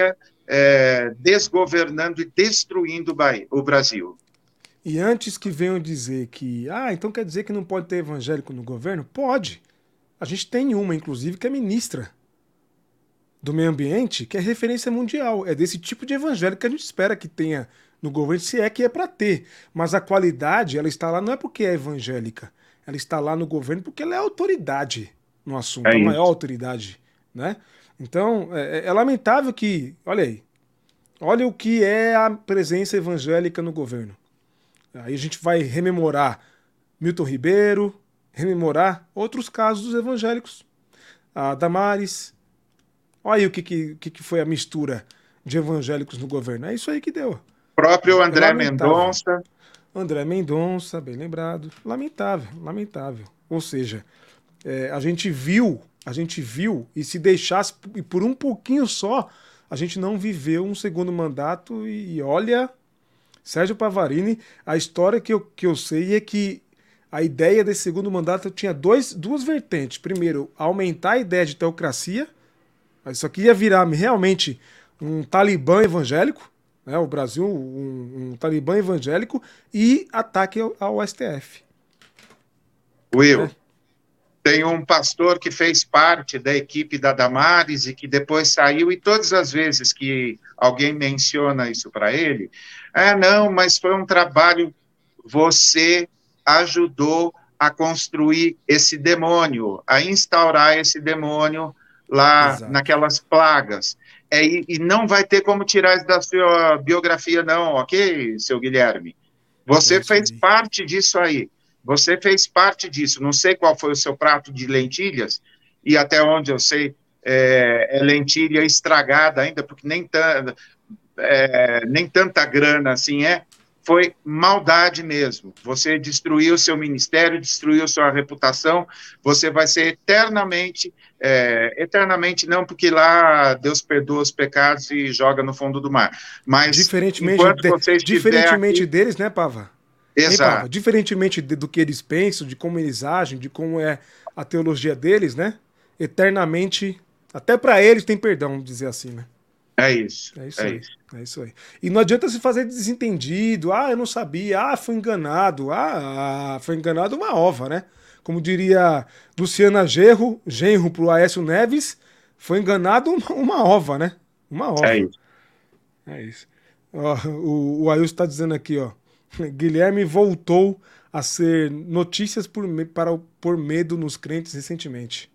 Speaker 2: desgovernando e destruindo o Brasil.
Speaker 1: E antes que venham dizer que, então quer dizer que não pode ter evangélico no governo? Pode. A gente tem uma, inclusive, que é ministra do meio ambiente, que é referência mundial. É desse tipo de evangélico que a gente espera que tenha no governo, se é que é para ter. Mas a qualidade, ela está lá não é porque é evangélica. Ela está lá no governo porque ela é autoridade no assunto,
Speaker 2: É
Speaker 1: a maior
Speaker 2: isso.
Speaker 1: autoridade, né? Então, é lamentável que, olha aí, olha o que é a presença evangélica no governo. Aí a gente vai rememorar Milton Ribeiro, rememorar outros casos dos evangélicos. A Damares. Olha aí o que foi a mistura de evangélicos no governo. É isso aí que deu.
Speaker 2: Próprio
Speaker 1: É
Speaker 2: André
Speaker 1: lamentável.
Speaker 2: Mendonça.
Speaker 1: André Mendonça, bem lembrado. Lamentável, lamentável. Ou seja, a gente viu, e se deixasse, e por um pouquinho só, a gente não viveu um segundo mandato. E olha, Sérgio Pavarini, a história que eu sei é que a ideia desse segundo mandato tinha duas vertentes. Primeiro, aumentar a ideia de teocracia. Isso aqui ia virar realmente um talibã evangélico, né? O Brasil, um talibã evangélico, e ataque ao STF. Né?
Speaker 2: Will, tem um pastor que fez parte da equipe da Damares e que depois saiu, e todas as vezes que alguém menciona isso para ele, não, mas foi um trabalho, você ajudou a construir esse demônio, a instaurar esse demônio lá
Speaker 1: Exato.
Speaker 2: naquelas plagas. E não vai ter como tirar isso da sua biografia, não, ok, seu Guilherme?
Speaker 1: É
Speaker 2: Você
Speaker 1: isso
Speaker 2: fez
Speaker 1: aí.
Speaker 2: parte disso aí. Você fez parte disso. Não sei qual foi o seu prato de lentilhas, e até onde eu sei, é lentilha estragada ainda, porque nem tanta grana assim é. Foi maldade mesmo. Você destruiu seu ministério, destruiu sua reputação. Você vai ser eternamente não, porque lá Deus perdoa os pecados e joga no fundo do mar. Mas
Speaker 1: Diferentemente,
Speaker 2: enquanto você estiver
Speaker 1: diferentemente
Speaker 2: aqui,
Speaker 1: deles, né, Pava? Hein, Pava?
Speaker 2: exato.
Speaker 1: Diferentemente do que eles pensam, de como eles agem, de como é a teologia deles, né? Eternamente, até para eles tem perdão, vamos dizer assim, né?
Speaker 2: É isso,
Speaker 1: É isso
Speaker 2: é
Speaker 1: aí.
Speaker 2: isso.
Speaker 1: É isso aí. E não adianta se fazer desentendido. Eu não sabia. Fui enganado. Foi enganado uma ova, né? Como diria Luciana Genro pro Aécio Neves, foi enganado uma ova, né? Uma
Speaker 2: É
Speaker 1: ova.
Speaker 2: isso.
Speaker 1: É isso. Ó, o Ailson está dizendo aqui, ó. Guilherme voltou a ser notícias por medo nos crentes recentemente.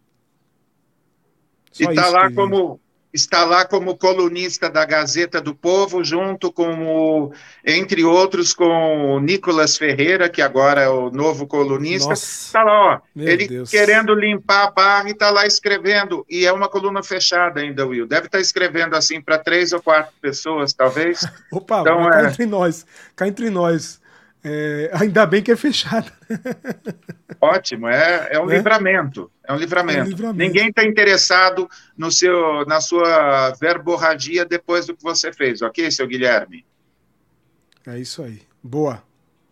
Speaker 2: E
Speaker 1: Só isso que.
Speaker 2: está lá como colunista da Gazeta do Povo, junto com entre outros, com o Nicolas Ferreira, que agora é o novo colunista.
Speaker 1: Nossa,
Speaker 2: Está lá, ó,
Speaker 1: meu
Speaker 2: ele
Speaker 1: Deus.
Speaker 2: querendo limpar a barra e está lá escrevendo. E é uma coluna fechada ainda, Will. Deve estar escrevendo assim para 3 ou 4 pessoas, talvez.
Speaker 1: Opa,
Speaker 2: Então,
Speaker 1: mas cá entre nós. Cá entre nós. Ainda bem que é fechada,
Speaker 2: ótimo, é um
Speaker 1: né?
Speaker 2: livramento, é um
Speaker 1: É um
Speaker 2: livramento. Ninguém
Speaker 1: livramento.
Speaker 2: está interessado na sua verborragia depois do que você fez, ok, seu Guilherme?
Speaker 1: É isso aí. Boa.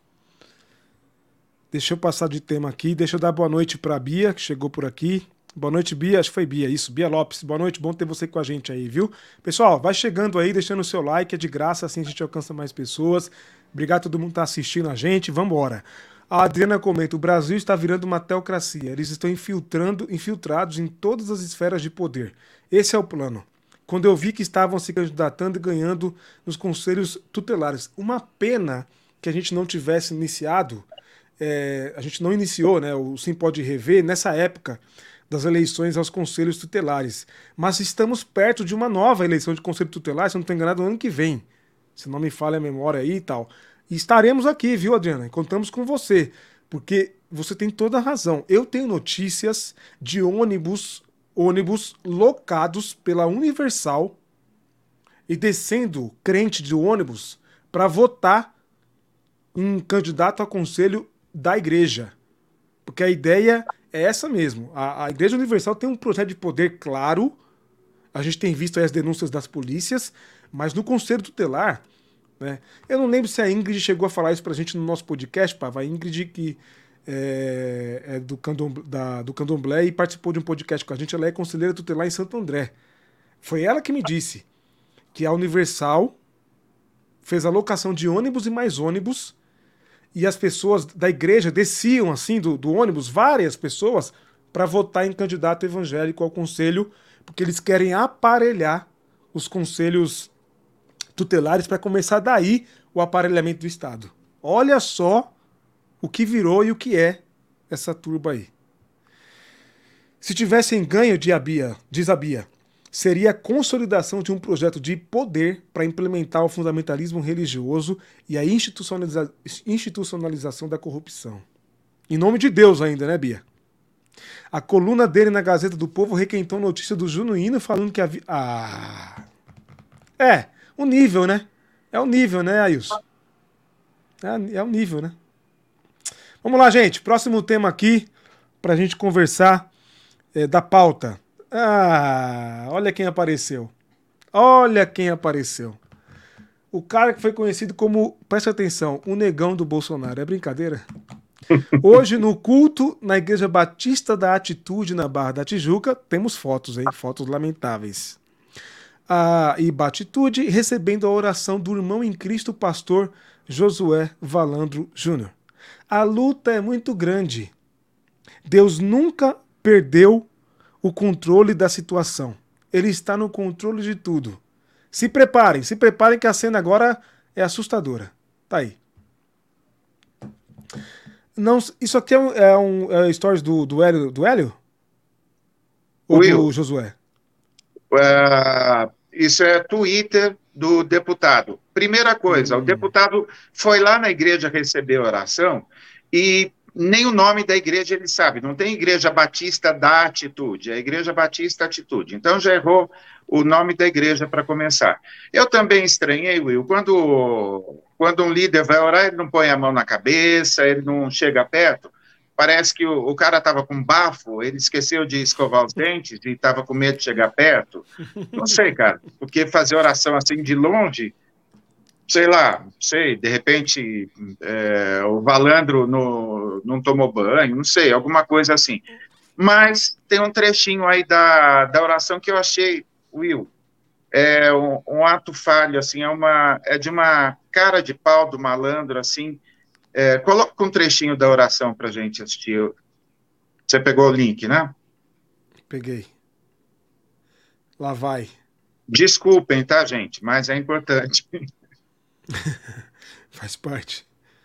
Speaker 1: Deixa eu passar de tema aqui. Deixa eu dar boa noite para a Bia, que chegou por aqui. Boa noite, Bia. Acho que foi Bia, isso. Bia Lopes. Boa noite, bom ter você com a gente aí, viu? Pessoal, vai chegando aí, deixando o seu like, é de graça, assim a gente alcança mais pessoas. Obrigado a todo mundo que tá assistindo a gente. Vambora. A Adriana comenta: o Brasil está virando uma teocracia. Eles estão infiltrados em todas as esferas de poder. Esse é o plano. Quando eu vi que estavam se candidatando e ganhando nos conselhos tutelares. Uma pena que a gente não tivesse iniciado, a gente não iniciou, né, o Sim Pode Rever nessa época das eleições aos conselhos tutelares. Mas estamos perto de uma nova eleição de conselho tutelar, se eu não estou enganado, no ano que vem. Se não me falha a memória aí e tal. E estaremos aqui, viu, Adriana? Contamos com você. Porque você tem toda a razão. Eu tenho notícias de ônibus locados pela Universal e descendo crente de ônibus para votar em candidato a conselho da igreja. Porque a ideia é essa mesmo. A Igreja Universal tem um projeto de poder claro. A gente tem visto aí as denúncias das polícias, mas no Conselho Tutelar, né? Eu não lembro se a Ingrid chegou a falar isso pra gente no nosso podcast, Pava. A Ingrid, que é do Candomblé e participou de um podcast com a gente, ela é conselheira tutelar em Santo André. Foi ela que me disse que a Universal fez a locação de ônibus e mais ônibus, e as pessoas da igreja desciam assim do ônibus, várias pessoas, para votar em candidato evangélico ao conselho, porque eles querem aparelhar os conselhos tutelares para começar daí o aparelhamento do Estado. Olha só o que virou e o que é essa turba aí. Se tivessem ganho, diz a Bia, seria a consolidação de um projeto de poder para implementar o fundamentalismo religioso e a institucionalização da corrupção. Em nome de Deus ainda, né, Bia? A coluna dele na Gazeta do Povo requentou notícia do Junuíno falando que havia... o nível, né? É o nível, né, Ailson? É o nível, né? Vamos lá, gente. Próximo tema aqui pra gente conversar da pauta. Olha quem apareceu. Olha quem apareceu. O cara que foi conhecido como, presta atenção, o negão do Bolsonaro. É brincadeira? Hoje, no culto, na Igreja Batista da Atitude, na Barra da Tijuca, temos fotos, hein? Fotos lamentáveis. E Batitude recebendo a oração do irmão em Cristo, pastor Josué Valandro Júnior. A luta é muito grande. Deus nunca perdeu o controle da situação. Ele está no controle de tudo. Se preparem que a cena agora é assustadora. Tá aí. Não, isso aqui é stories do Hélio? Ou
Speaker 2: Will,
Speaker 1: do Josué?
Speaker 2: Isso é Twitter do deputado. Primeira coisa, o deputado foi lá na igreja receber oração e nem o nome da igreja ele sabe. Não tem Igreja Batista da Atitude, é Igreja Batista Atitude. Então já errou o nome da igreja para começar. Eu também estranhei, Will, quando um líder vai orar, ele não põe a mão na cabeça, ele não chega perto. Parece que o cara estava com bafo, ele esqueceu de escovar os dentes e estava com medo de chegar perto. Não sei, cara, porque fazer oração assim de longe, sei lá, de repente o Valandro não tomou banho, não sei, alguma coisa assim. Mas tem um trechinho aí da oração que eu achei, Will, um ato falho, assim, é de uma cara de pau do malandro, assim. Coloca um trechinho da oração para a gente assistir. Você pegou o link, né?
Speaker 1: Peguei. Lá vai.
Speaker 2: Desculpem, tá, gente? Mas é importante.
Speaker 1: Faz parte.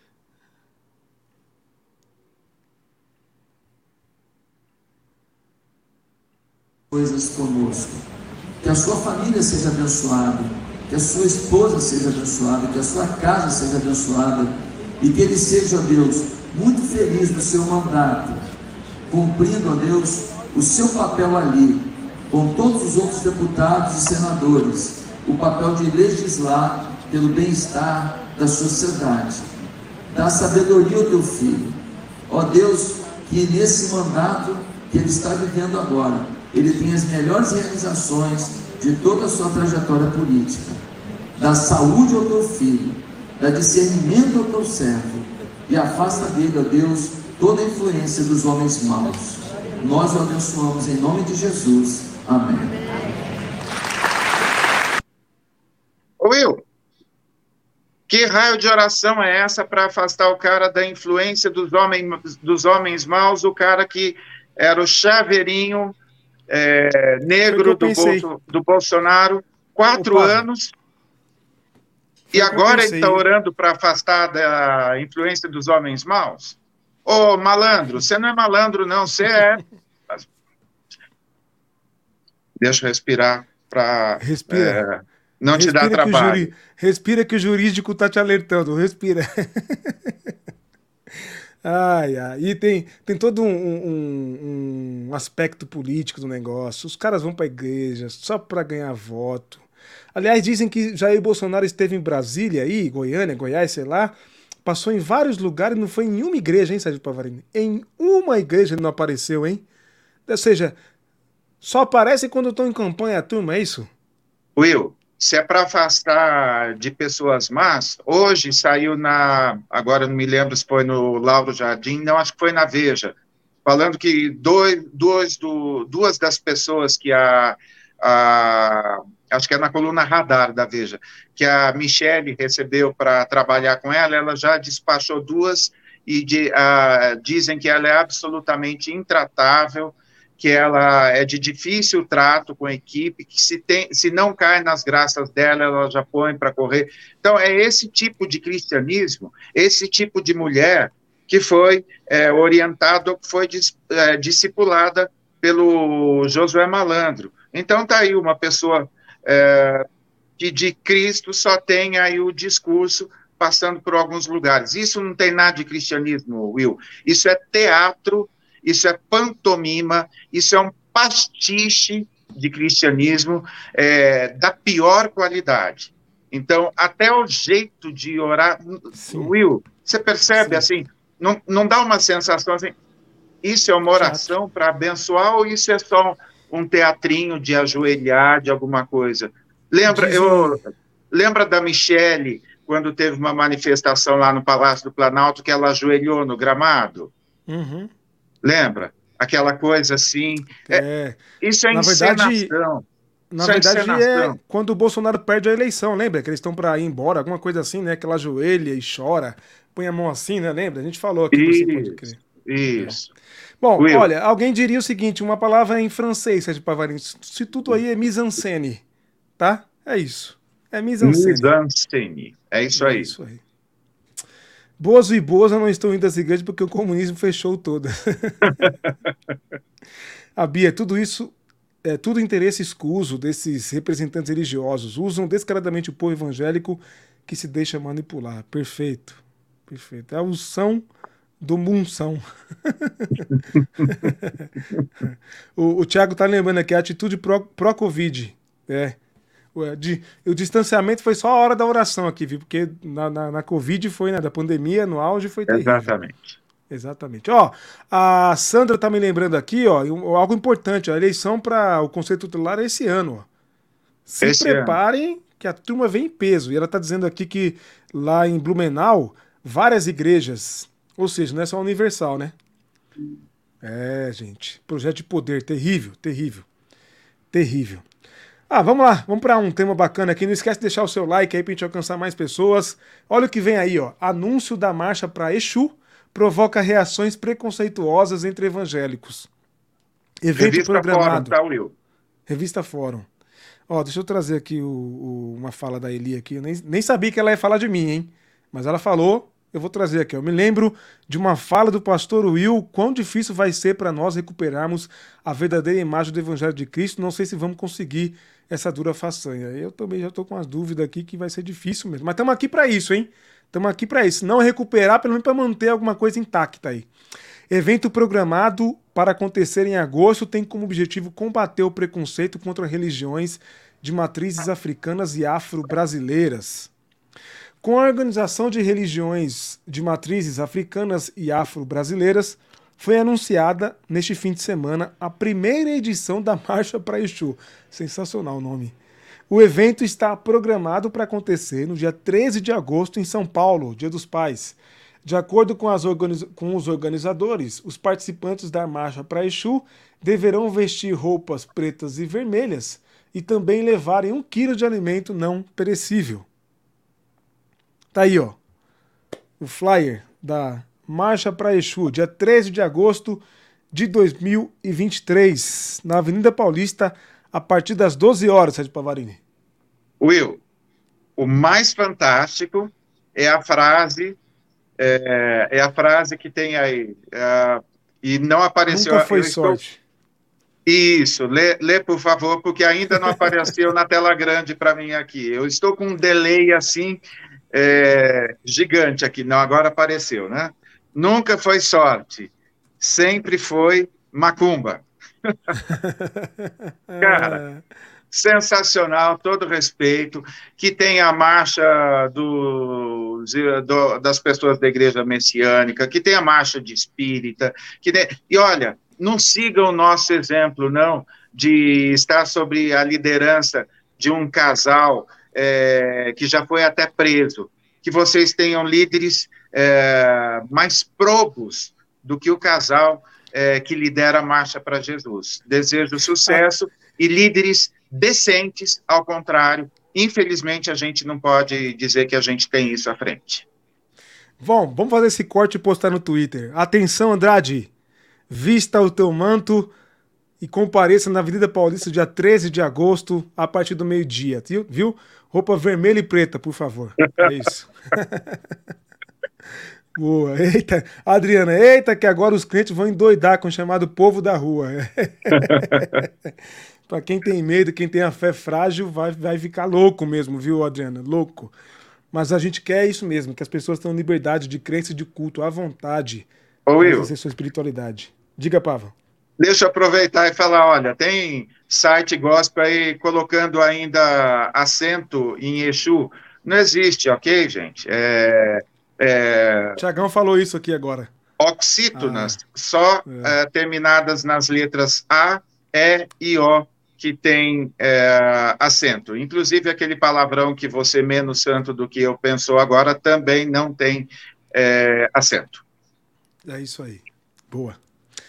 Speaker 3: Coisas conosco. Que a sua família seja abençoada, que a sua esposa seja abençoada, que a sua casa seja abençoada e que ele seja, Deus, muito feliz no seu mandato, cumprindo, ó Deus, o seu papel ali, com todos os outros deputados e senadores, o papel de legislar pelo bem-estar da sociedade. Dá sabedoria ao teu filho, ó Deus, que nesse mandato que ele está vivendo agora, ele tem as melhores realizações de toda a sua trajetória política. Dá saúde ao teu filho, dá discernimento ao teu servo e afasta dele, ó Deus, toda a influência dos homens maus. Nós o abençoamos em nome de Jesus. Amém.
Speaker 2: Will, que raio de oração é essa para afastar o cara da influência dos homens maus, o cara que era o chaveirinho negro do Bolsonaro, 4 anos, e agora ele está orando para afastar da influência dos homens maus? Ô, malandro, você não é malandro, não, você é... Deixa eu respirar para não te dar trabalho.
Speaker 1: Respira que o jurídico está te alertando, respira. E tem todo um aspecto político do negócio. Os caras vão para a igreja só para ganhar voto. Aliás, dizem que Jair Bolsonaro esteve em Brasília, aí, Goiânia, Goiás, sei lá, passou em vários lugares e não foi em uma igreja, hein, Sérgio Pavarini? Em uma igreja ele não apareceu, hein? Ou seja, só aparece quando estão em campanha a turma, é isso?
Speaker 2: Will, se é para afastar de pessoas más, hoje saiu agora não me lembro se foi no Lauro Jardim, não, acho que foi na Veja, falando que duas das pessoas que a acho que é na coluna Radar da Veja, que a Michelle recebeu para trabalhar com ela, ela já despachou duas e dizem que ela é absolutamente intratável, que ela é de difícil trato com a equipe, que se não cai nas graças dela, ela já põe para correr. Então, é esse tipo de cristianismo, esse tipo de mulher que foi orientada, que foi discipulada pelo Josué Malandro. Então, está aí uma pessoa que de Cristo só tem aí o discurso passando por alguns lugares. Isso não tem nada de cristianismo, Will. Isso é teatro, isso é pantomima, isso é um pastiche de cristianismo da pior qualidade. Então, até o jeito de orar...
Speaker 1: Sim.
Speaker 2: Will, você percebe,
Speaker 1: Sim.
Speaker 2: assim, não dá uma sensação assim, isso é uma oração para abençoar ou isso é só um teatrinho de ajoelhar, de alguma coisa? Lembra da Michelle, quando teve uma manifestação lá no Palácio do Planalto, que ela ajoelhou no gramado?
Speaker 1: Uhum.
Speaker 2: Lembra? Aquela coisa assim. Isso é
Speaker 1: Na verdade,
Speaker 2: encenação.
Speaker 1: na verdade é quando o Bolsonaro perde a eleição, lembra? Que eles estão para ir embora, alguma coisa assim, né? Que ela ajoelha e chora, põe a mão assim, né? Lembra? A gente falou aqui, você pode crer.
Speaker 2: Isso.
Speaker 1: Bom,
Speaker 2: Will,
Speaker 1: olha, alguém diria o seguinte, uma palavra em francês, Sérgio Pavarini, se tudo aí é mise-en-scène, tá? É isso. É mise-en-scène.
Speaker 2: mise-en-scène. É isso
Speaker 1: É
Speaker 2: aí.
Speaker 1: isso aí. Bozo e Boza não estão indo às igrejas porque o comunismo fechou toda. A Bia, tudo isso é tudo interesse escuso desses representantes religiosos. Usam descaradamente o povo evangélico que se deixa manipular. Perfeito. Perfeito. É a unção do munção. o Thiago tá lembrando aqui, a atitude pró-Covid. O distanciamento foi só a hora da oração aqui, viu? Porque na Covid foi, né? Da pandemia, no auge foi terrível.
Speaker 2: Exatamente.
Speaker 1: Exatamente. Ó, a Sandra tá me lembrando aqui, ó, algo importante, a eleição para o Conselho Tutelar é esse ano, ó. Se preparem que a turma vem em peso. E ela tá dizendo aqui que lá em Blumenau, várias igrejas, ou seja, não é só Universal, né? Gente, projeto de poder, terrível, terrível, terrível. Vamos lá, vamos para um tema bacana aqui. Não esquece de deixar o seu like aí pra gente alcançar mais pessoas. Olha o que vem aí, ó. Anúncio da marcha para Exu provoca reações preconceituosas entre evangélicos. Evento
Speaker 2: Revista
Speaker 1: programado.
Speaker 2: Fórum, tá, Will?
Speaker 1: Revista Fórum. Ó, deixa eu trazer aqui uma fala da Eli aqui. Eu nem sabia que ela ia falar de mim, hein? Mas ela falou, eu vou trazer aqui. Eu me lembro de uma fala do pastor Will, quão difícil vai ser para nós recuperarmos a verdadeira imagem do Evangelho de Cristo. Não sei se vamos conseguir essa dura façanha. Eu também já estou com as dúvidas aqui que vai ser difícil mesmo. Mas estamos aqui para isso, hein? Estamos aqui para isso. Não recuperar, pelo menos para manter alguma coisa intacta aí. Evento programado para acontecer em agosto tem como objetivo combater o preconceito contra religiões de matrizes africanas e afro-brasileiras. Com a organização de religiões de matrizes africanas e afro-brasileiras, foi anunciada neste fim de semana a primeira edição da Marcha para Exu. Sensacional o nome. O evento está programado para acontecer no dia 13 de agosto em São Paulo, Dia dos Pais. De acordo com os organizadores, os participantes da Marcha para Exu deverão vestir roupas pretas e vermelhas e também levarem 1 quilo de alimento não perecível. Tá aí, ó, o flyer da Marcha para Exu, dia 13 de agosto de 2023, na Avenida Paulista, a partir das 12 horas, Sérgio Pavarini.
Speaker 2: Will, o mais fantástico é a frase que tem aí, e não apareceu.
Speaker 1: Nunca foi sorte.
Speaker 2: Isso, lê, por favor, porque ainda não apareceu na tela grande para mim aqui. Eu estou com um delay assim, gigante aqui. Não, agora apareceu, né? Nunca foi sorte, sempre foi macumba. Cara, sensacional, todo respeito, que tem a marcha das pessoas da igreja messiânica, que tem a marcha de espírita, e olha, não sigam o nosso exemplo, não, de estar sob a liderança de um casal que já foi até preso, que vocês tenham líderes mais probos do que o casal que lidera a Marcha para Jesus. Desejo sucesso e líderes decentes, ao contrário. Infelizmente, a gente não pode dizer que a gente tem isso à frente.
Speaker 1: Bom, vamos fazer esse corte e postar no Twitter. Atenção, Andrade! Vista o teu manto e compareça na Avenida Paulista dia 13 de agosto, a partir do meio-dia, viu? Roupa vermelha e preta, por favor. É isso. Boa. Eita, Adriana, eita, que agora os clientes vão endoidar com o chamado povo da rua. Pra quem tem medo, quem tem a fé frágil, vai ficar louco mesmo, viu, Adriana? Louco. Mas a gente quer isso mesmo, que as pessoas tenham liberdade de crença e de culto à vontade
Speaker 2: Ô,
Speaker 1: para
Speaker 2: Will,
Speaker 1: exercer sua espiritualidade. Diga, Pava.
Speaker 2: deixa eu aproveitar e falar, olha, tem site gospel aí colocando ainda acento em Exu. Não existe, ok, gente?
Speaker 1: Tiagão falou isso aqui agora.
Speaker 2: Oxítonas, só terminadas nas letras A, E e O, que tem acento. Inclusive, aquele palavrão que você, menos santo do que eu, pensou agora, também não tem acento.
Speaker 1: É isso aí. Boa.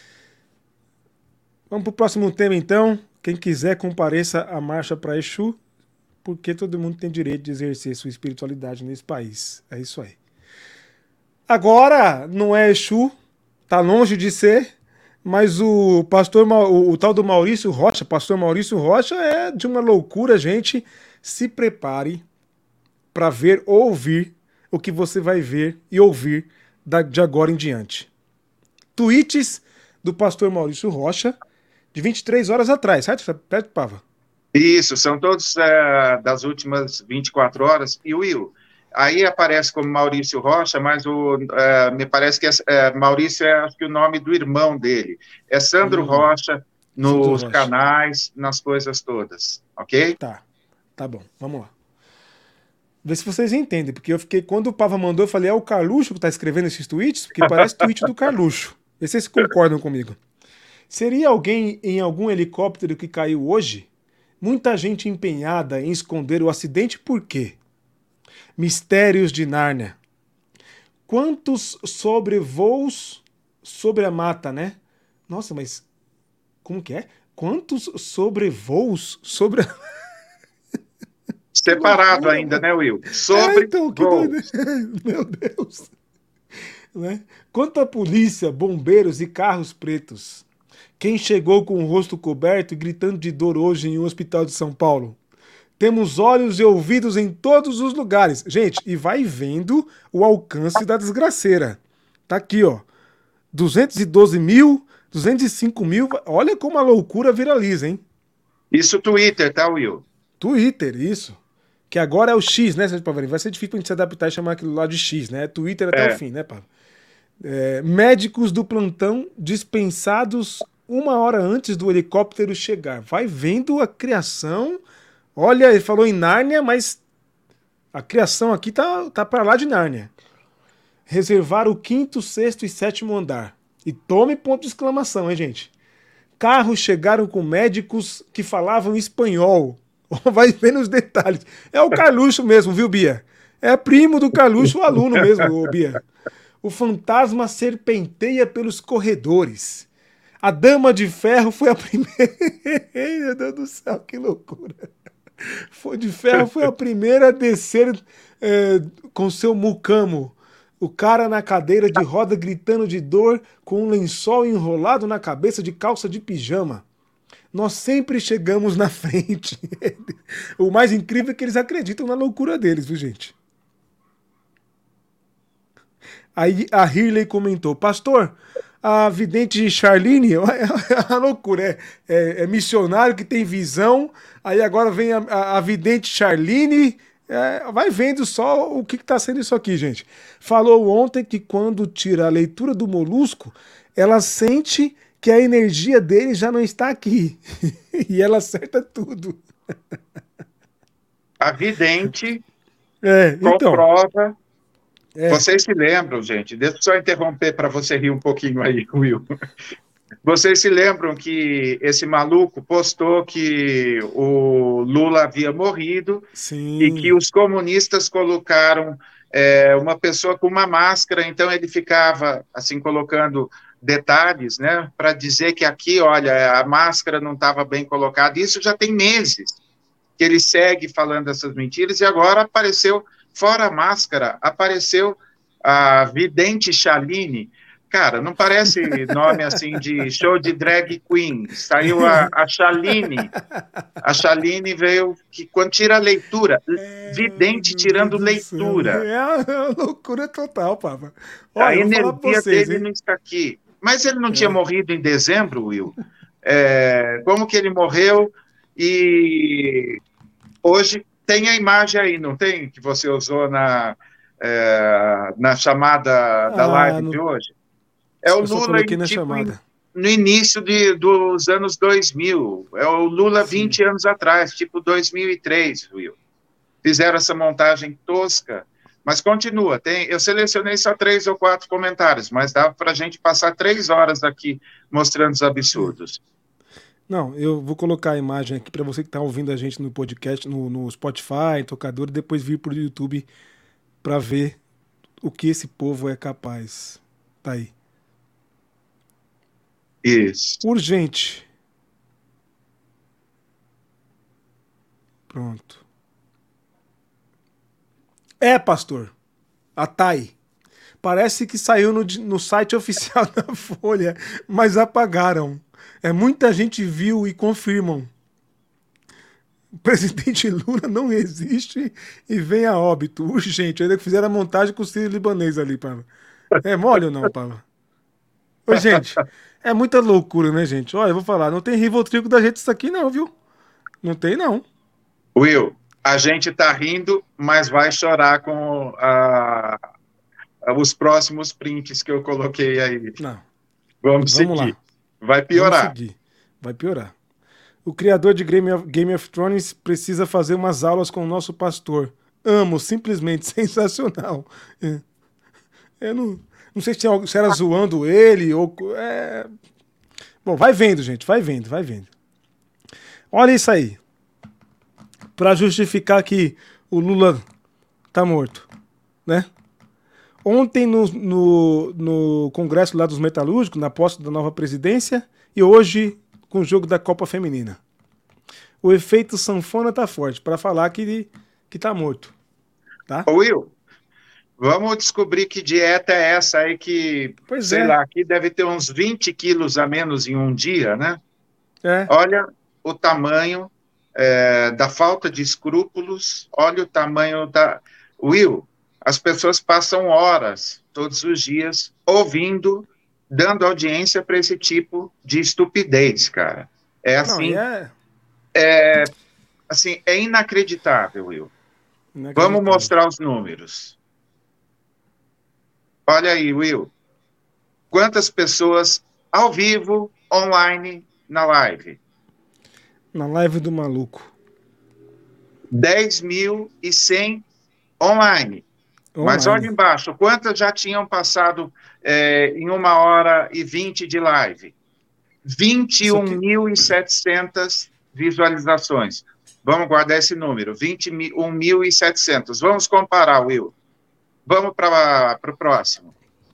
Speaker 1: Vamos para o próximo tema, então. Quem quiser, compareça à marcha para Exu, porque todo mundo tem direito de exercer sua espiritualidade nesse país. É isso aí. Agora, não é Exu, tá longe de ser, mas o pastor, o tal do Maurício Rocha, pastor Maurício Rocha, é de uma loucura, gente. Se prepare para ver ou ouvir o que você vai ver e ouvir de agora em diante. Tweets do pastor Maurício Rocha, de 23 horas atrás, certo? Pede, Pava.
Speaker 2: Isso, são todos das últimas 24 horas. E Will, aí aparece como Maurício Rocha, mas me parece que Maurício acho que o nome do irmão dele. É Sandro Rocha, nos
Speaker 1: Rocha.
Speaker 2: canais, nas coisas todas, ok?
Speaker 1: Tá bom, vamos lá. Vê se vocês entendem, porque eu fiquei, quando o Pava mandou, eu falei, é o Carluxo que tá escrevendo esses tweets? Porque parece tweet do Carluxo. Vê se vocês concordam comigo. Seria alguém em algum helicóptero que caiu hoje? Muita gente empenhada em esconder o acidente, por quê? Mistérios de Nárnia. Quantos sobrevoos sobre a mata, né? Nossa, mas como que é? Quantos sobrevoos sobre a...
Speaker 2: Separado ainda, né, Will? Sobre
Speaker 1: então, que doido. Meu Deus. Né? Quanto a polícia, bombeiros e carros pretos. Quem chegou com o rosto coberto e gritando de dor hoje em um hospital de São Paulo? Temos olhos e ouvidos em todos os lugares. Gente, e vai vendo o alcance da desgraceira. Tá aqui, ó. 212 mil, 205 mil. Olha como a loucura viraliza, hein?
Speaker 2: Isso Twitter, tá, Will?
Speaker 1: Twitter, isso. Que agora é o X, né, Sérgio Pavarini? Vai ser difícil pra gente se adaptar e chamar aquilo lá de X, né? Twitter até o fim, né, Pava? Médicos do plantão dispensados 1 hora antes do helicóptero chegar. Vai vendo a criação. Olha, ele falou em Nárnia, mas a criação aqui tá para lá de Nárnia. Reservar o 5º, 6º e 7º andar. E tome ponto de exclamação, hein, gente? Carros chegaram com médicos que falavam espanhol. Vai vendo os detalhes. É o Carluxo mesmo, viu, Bia? É primo do Carluxo, o aluno mesmo, Bia. O fantasma serpenteia pelos corredores. A Dama de Ferro foi a primeira... Meu Deus do céu, que loucura. De Ferro foi a primeira a descer com seu mucamo. O cara na cadeira de roda gritando de dor com um lençol enrolado na cabeça de calça de pijama. Nós sempre chegamos na frente. O mais incrível é que eles acreditam na loucura deles, viu, gente? Aí a Hirley comentou, pastor, a vidente Charlene é uma loucura, é missionário que tem visão, aí agora vem a vidente Charlene, vai vendo só o que está sendo isso aqui, gente. Falou ontem que quando tira a leitura do molusco, ela sente que a energia dele já não está aqui, e ela acerta tudo.
Speaker 2: A vidente
Speaker 1: então,
Speaker 2: comprova... Vocês se lembram, gente, deixa eu só interromper para você rir um pouquinho aí, Will. Vocês se lembram que esse maluco postou que o Lula havia morrido.
Speaker 1: Sim.
Speaker 2: E que os comunistas colocaram uma pessoa com uma máscara, então ele ficava assim colocando detalhes, né, para dizer que aqui, olha, a máscara não estava bem colocada. Isso já tem meses que ele segue falando essas mentiras, e agora apareceu, fora a máscara, apareceu a vidente Chaline. Cara, não parece nome assim de show de drag queen. Saiu a Chaline. A Chaline veio que quando tira a leitura, vidente
Speaker 1: Meu Deus
Speaker 2: tirando
Speaker 1: do céu.
Speaker 2: leitura.
Speaker 1: É uma loucura total, Papa.
Speaker 2: A
Speaker 1: Olha, eu vou falar pra
Speaker 2: energia
Speaker 1: vocês,
Speaker 2: dele
Speaker 1: hein?
Speaker 2: não está aqui. Mas ele não tinha
Speaker 1: É.
Speaker 2: morrido em dezembro, Will? Como que ele morreu? E hoje tem a imagem aí, não tem? Que você usou na chamada da
Speaker 1: Ah,
Speaker 2: live de
Speaker 1: não,
Speaker 2: hoje. É o
Speaker 1: eu só
Speaker 2: Lula,
Speaker 1: coloquei na
Speaker 2: tipo,
Speaker 1: chamada.
Speaker 2: no início dos anos 2000. É o Lula
Speaker 1: Sim.
Speaker 2: 20 anos atrás, tipo 2003, Will. Fizeram essa montagem tosca, mas continua. Eu selecionei só 3 ou 4 comentários, mas dá para a gente passar 3 horas aqui mostrando os
Speaker 1: Sim.
Speaker 2: absurdos.
Speaker 1: Não, eu vou colocar a imagem aqui para você que está ouvindo a gente no podcast, no Spotify, tocador, e depois vir pro YouTube para ver o que esse povo é capaz. Tá aí.
Speaker 2: Isso.
Speaker 1: Urgente. Pronto. Pastor. A Thay. Parece que saiu no site oficial da Folha, mas apagaram. Muita gente viu e confirmam. O presidente Lula não existe e vem a óbito. Urgente. Ainda que fizeram a montagem com o Sírio Libanês ali, Pava. É mole ou não, Pava? Ô, gente, é muita loucura, né, gente? Olha, eu vou falar, não tem Rivotril da gente isso aqui não, viu? Não tem, não.
Speaker 2: Will, a gente está rindo, mas vai chorar com os próximos prints que eu coloquei aí.
Speaker 1: Não.
Speaker 2: Vamos
Speaker 1: Vamos
Speaker 2: seguir.
Speaker 1: lá.
Speaker 2: Vai
Speaker 1: Vamos
Speaker 2: piorar.
Speaker 1: seguir. Vai piorar. O criador de Game of Thrones precisa fazer umas aulas com o nosso pastor. Amo, simplesmente sensacional. Eu não sei se era zoando ele ou. Bom, vai vendo, gente, vai vendo, vai vendo. Olha isso aí. Para justificar que o Lula tá morto, né? Ontem no Congresso lá dos Metalúrgicos, na posse da nova presidência, e hoje com o jogo da Copa Feminina. O efeito sanfona tá forte para falar que tá morto, tá?
Speaker 2: Ô, Will, vamos descobrir que dieta é essa aí que,
Speaker 1: Pois
Speaker 2: sei
Speaker 1: é.
Speaker 2: lá, aqui deve ter uns 20 quilos a menos em um dia, né?
Speaker 1: É.
Speaker 2: Olha o tamanho da falta de escrúpulos, olha o tamanho da... Will, as pessoas passam horas, todos os dias, ouvindo, dando audiência para esse tipo de estupidez, cara. É
Speaker 1: Não, e
Speaker 2: assim,
Speaker 1: é
Speaker 2: assim, é inacreditável, Will. Vamos
Speaker 1: inacreditável.
Speaker 2: mostrar os números. Olha aí, Will. Quantas pessoas ao vivo, online, na live?
Speaker 1: Na live do maluco.
Speaker 2: 10.100 online. Mas olha
Speaker 1: Online.
Speaker 2: embaixo, quantas já tinham passado em 1h20 de live?
Speaker 1: Isso aqui.
Speaker 2: 21.700 visualizações. Vamos guardar esse número, 21.700. Vamos comparar, Will. Vamos para o próximo.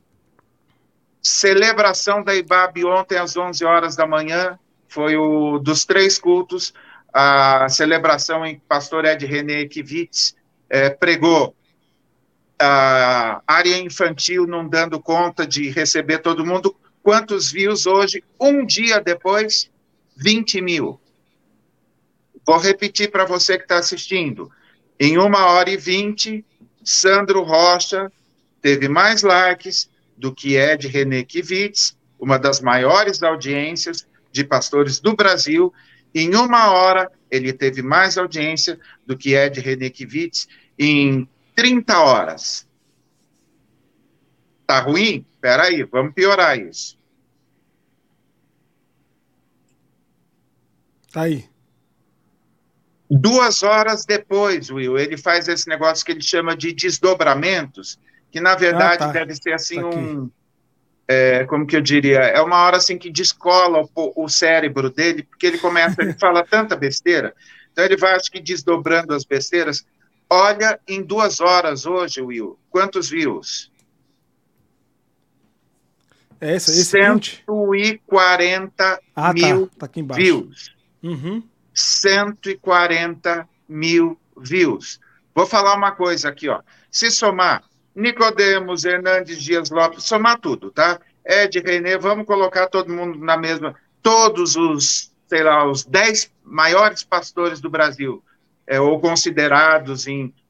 Speaker 2: Celebração da IBAB ontem às 11 horas da manhã. Foi dos 3 cultos, a celebração em que o pastor Ed René Kivitz pregou a área infantil não dando conta de receber todo mundo. Quantos views hoje? Um dia depois, 20 mil. Vou repetir para você que está assistindo. Em 1h20, Sandro Rocha teve mais likes do que Ed René Kivitz, uma das maiores audiências de pastores do Brasil. Em 1 hora, ele teve mais audiência do que Ed René Kivitz em 30 horas. Tá ruim? Espera aí, vamos piorar isso.
Speaker 1: Tá aí.
Speaker 2: 2 horas depois, Will, ele faz esse negócio que ele chama de desdobramentos, que na verdade deve ser assim
Speaker 1: tá
Speaker 2: como que eu diria, é uma hora assim que descola o cérebro dele, porque ele fala tanta besteira, então ele vai, acho que desdobrando as besteiras. Olha, em 2 horas hoje, Will, quantos views?
Speaker 1: É esse print?
Speaker 2: 140 mil
Speaker 1: Tá aqui embaixo.
Speaker 2: views.
Speaker 1: Uhum.
Speaker 2: 140 mil views. Vou falar uma coisa aqui, ó. Se somar Nicodemos, Hernandes Dias Lopes, somar tudo, tá? Ed René, vamos colocar todo mundo na mesma... Todos os, sei lá, os 10 maiores pastores do Brasil, ou considerados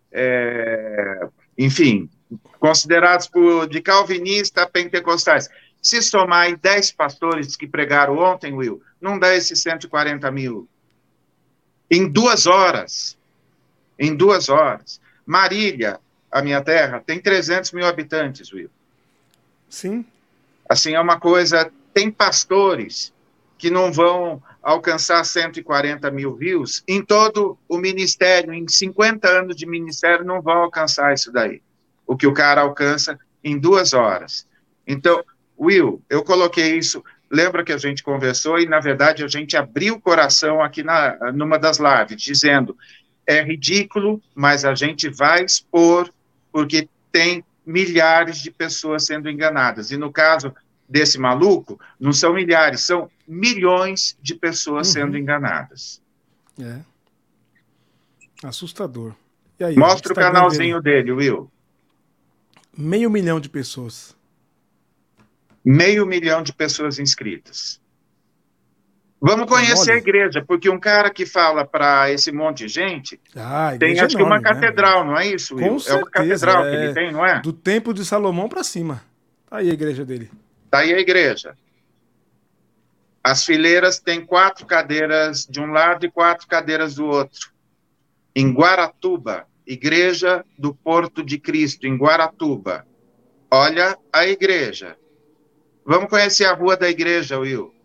Speaker 2: enfim, considerados de calvinista, pentecostais. Se somar aí 10 pastores que pregaram ontem, Will, não dá esses 140 mil. Em 2 horas. Em 2 horas. Marília, a minha terra, tem 300 mil habitantes, Will.
Speaker 1: Sim.
Speaker 2: Assim, é uma coisa... Tem pastores que não vão alcançar 140 mil views em todo o ministério, em 50 anos de ministério, não vão alcançar isso daí. O que o cara alcança em 2 horas. Então, Will, eu coloquei isso... Lembra que a gente conversou e, na verdade, a gente abriu o coração aqui numa das lives, dizendo, é ridículo, mas a gente vai expor, porque tem milhares de pessoas sendo enganadas. E no caso desse maluco, não são milhares, são milhões de pessoas sendo enganadas.
Speaker 1: É. Assustador. E aí,
Speaker 2: mostra o canalzinho dele, Will.
Speaker 1: 500 mil de pessoas.
Speaker 2: 500 mil de pessoas inscritas. Vamos conhecer a igreja, porque um cara que fala para esse monte de gente tem, acho que, uma catedral, não é isso, Will?
Speaker 1: Com certeza,
Speaker 2: é uma catedral que ele tem, não é?
Speaker 1: Do Templo de Salomão para cima. Tá aí a igreja dele.
Speaker 2: Tá aí a igreja. As fileiras têm 4 cadeiras de um lado e 4 cadeiras do outro. Em Guaratuba, Igreja do Porto de Cristo, em Guaratuba. Olha a igreja. Vamos conhecer a rua da igreja, Will.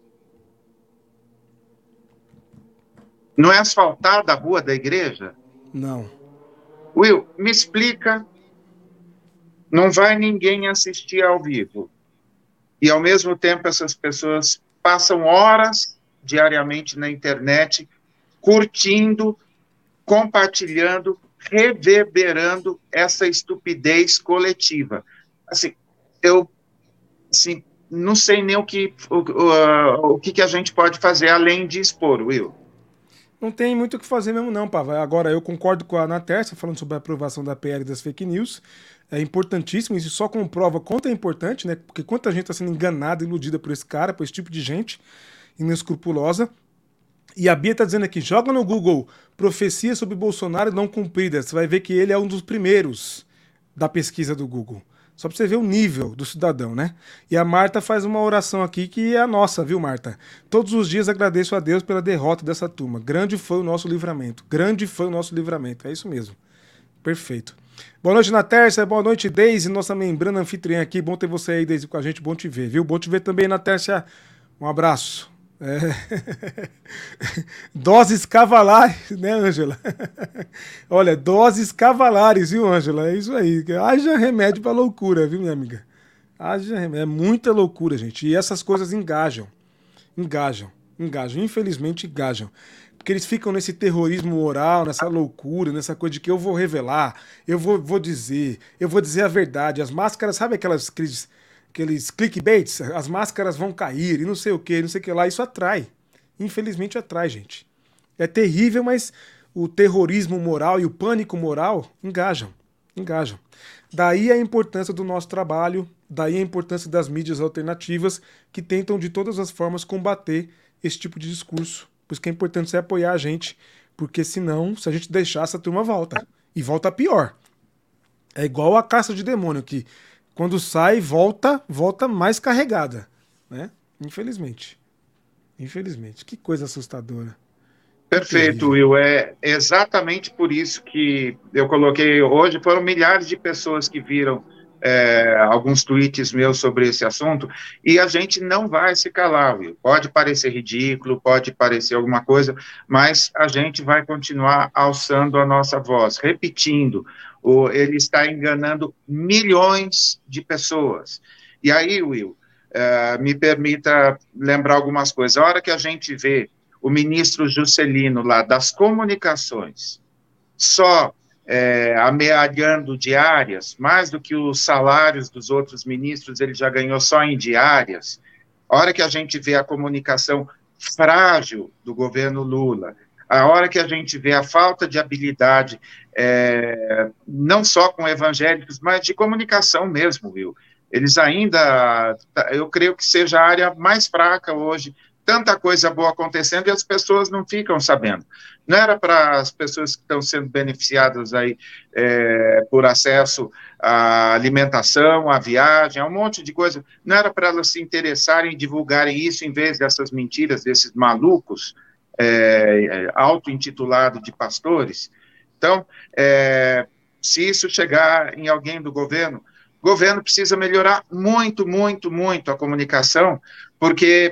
Speaker 2: Não é asfaltada a rua da igreja?
Speaker 1: Não.
Speaker 2: Will, me explica. Não vai ninguém assistir ao vivo. E, ao mesmo tempo, essas pessoas passam horas diariamente na internet, curtindo, compartilhando, reverberando essa estupidez coletiva. Assim, eu não sei nem o que a gente pode fazer além de expor, Will.
Speaker 1: Não tem muito o que fazer mesmo não, Pava. Agora, eu concordo com a Ana Tércia, falando sobre a aprovação da PL das fake news. É importantíssimo, isso só comprova quanto é importante, né? Porque quanta gente está sendo enganada, iludida por esse cara, por esse tipo de gente inescrupulosa. E a Bia está dizendo aqui, joga no Google profecia sobre Bolsonaro não cumprida. Você vai ver que ele é um dos primeiros da pesquisa do Google. Só para você ver o nível do cidadão, né? E a Marta faz uma oração aqui que é a nossa, viu, Marta? Todos os dias agradeço a Deus pela derrota dessa turma. Grande foi o nosso livramento. Grande foi o nosso livramento. É isso mesmo. Perfeito. Boa noite, Ana Tércia. Boa noite, Deise, nossa membrana anfitriã aqui. Bom ter você aí, Deise, com a gente. Bom te ver, viu? Bom te ver também, Ana Tércia. Um abraço. Doses cavalares, né, Ângela? Olha, doses cavalares, viu, Ângela? É isso aí. Haja remédio pra loucura, viu, minha amiga? Haja remédio. É muita loucura, gente. E essas coisas engajam. Infelizmente engajam. Porque eles ficam nesse terrorismo oral, nessa loucura, nessa coisa de que eu vou revelar, eu vou dizer a verdade. As máscaras, sabe aqueles clickbaits? As máscaras vão cair e não sei o que lá. Isso atrai. Infelizmente atrai, gente. É terrível, mas o terrorismo moral e o pânico moral engajam. Daí a importância do nosso trabalho, daí a importância das mídias alternativas que tentam de todas as formas combater esse tipo de discurso. Por isso que é importante você apoiar a gente, porque senão, se a gente deixar, essa turma volta. E volta pior. É igual a caça de demônio, que quando sai, volta mais carregada. Né? Infelizmente. Que coisa assustadora.
Speaker 2: Perfeito, Will. É exatamente por isso que eu coloquei hoje. Foram milhares de pessoas que viram alguns tweets meus sobre esse assunto, e a gente não vai se calar, Will. Pode parecer ridículo, pode parecer alguma coisa, mas a gente vai continuar alçando a nossa voz, repetindo. Ele está enganando milhões de pessoas. E aí, Will, me permita lembrar algumas coisas. A hora que a gente vê o ministro Juscelino lá das comunicações só amealhando diárias, mais do que os salários dos outros ministros, ele já ganhou só em diárias. A hora que a gente vê a comunicação frágil do governo Lula, a hora que a gente vê a falta de habilidade, não só com evangélicos, mas de comunicação mesmo, viu? Eles ainda, eu creio que seja a área mais fraca hoje, tanta coisa boa acontecendo e as pessoas não ficam sabendo. Não era para as pessoas que estão sendo beneficiadas aí por acesso à alimentação, à viagem, a um monte de coisa, não era para elas se interessarem em divulgarem isso em vez dessas mentiras, desses malucos auto-intitulados de pastores. Então, se isso chegar em alguém do governo, o governo precisa melhorar muito, muito, muito a comunicação, porque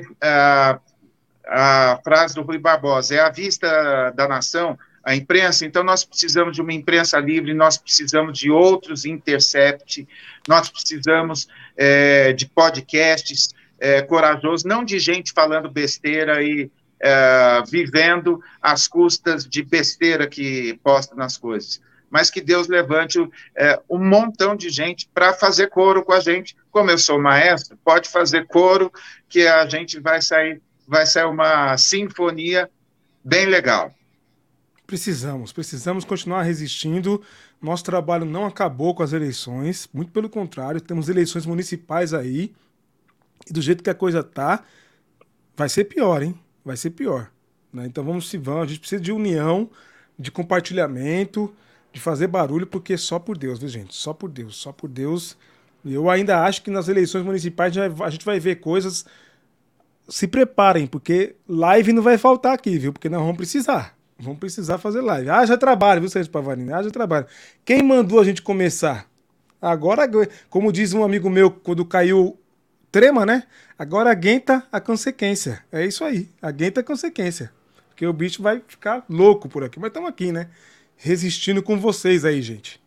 Speaker 2: a frase do Rui Barbosa é a vista da nação, a imprensa, então nós precisamos de uma imprensa livre, nós precisamos de outros intercept, nós precisamos de podcasts corajosos, não de gente falando besteira e vivendo às custas de besteira que posta nas coisas, mas que Deus levante um montão de gente para fazer coro com a gente. Como eu sou maestro, pode fazer coro que a gente vai sair uma sinfonia bem legal.
Speaker 1: Precisamos continuar resistindo. Nosso trabalho não acabou com as eleições, muito pelo contrário, temos eleições municipais aí, e do jeito que a coisa tá, vai ser pior, hein? Vai ser pior, né? Então vamos, a gente precisa de união, de compartilhamento, de fazer barulho, porque só por Deus, viu, gente? Só por Deus, só por Deus. E eu ainda acho que nas eleições municipais a gente vai ver coisas. Se preparem, porque live não vai faltar aqui, viu? Porque nós vamos precisar. Vamos precisar fazer live. Haja trabalho, viu, Sérgio Pavarini? Haja trabalho. Quem mandou a gente começar? Agora, como diz um amigo meu, quando caiu trema, né? Agora aguenta a consequência. É isso aí. Aguenta a consequência. Porque o bicho vai ficar louco por aqui. Mas estamos aqui, né? Resistindo com vocês aí, gente.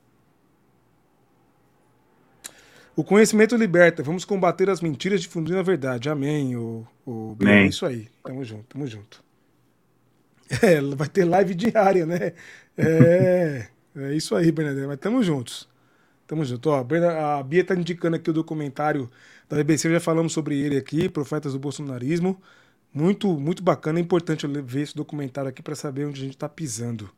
Speaker 1: O conhecimento liberta. Vamos combater as mentiras difundindo a verdade. Amém.
Speaker 2: Amém.
Speaker 1: É isso aí. Tamo junto, tamo junto. Vai ter live diária, né? É isso aí, Bernadette. Mas tamo juntos. Tamo junto. Ó, a Bia tá indicando aqui o documentário da BBC. Já falamos sobre ele aqui, Profetas do Bolsonarismo. Muito, muito bacana. É importante eu ver esse documentário aqui para saber onde a gente tá pisando.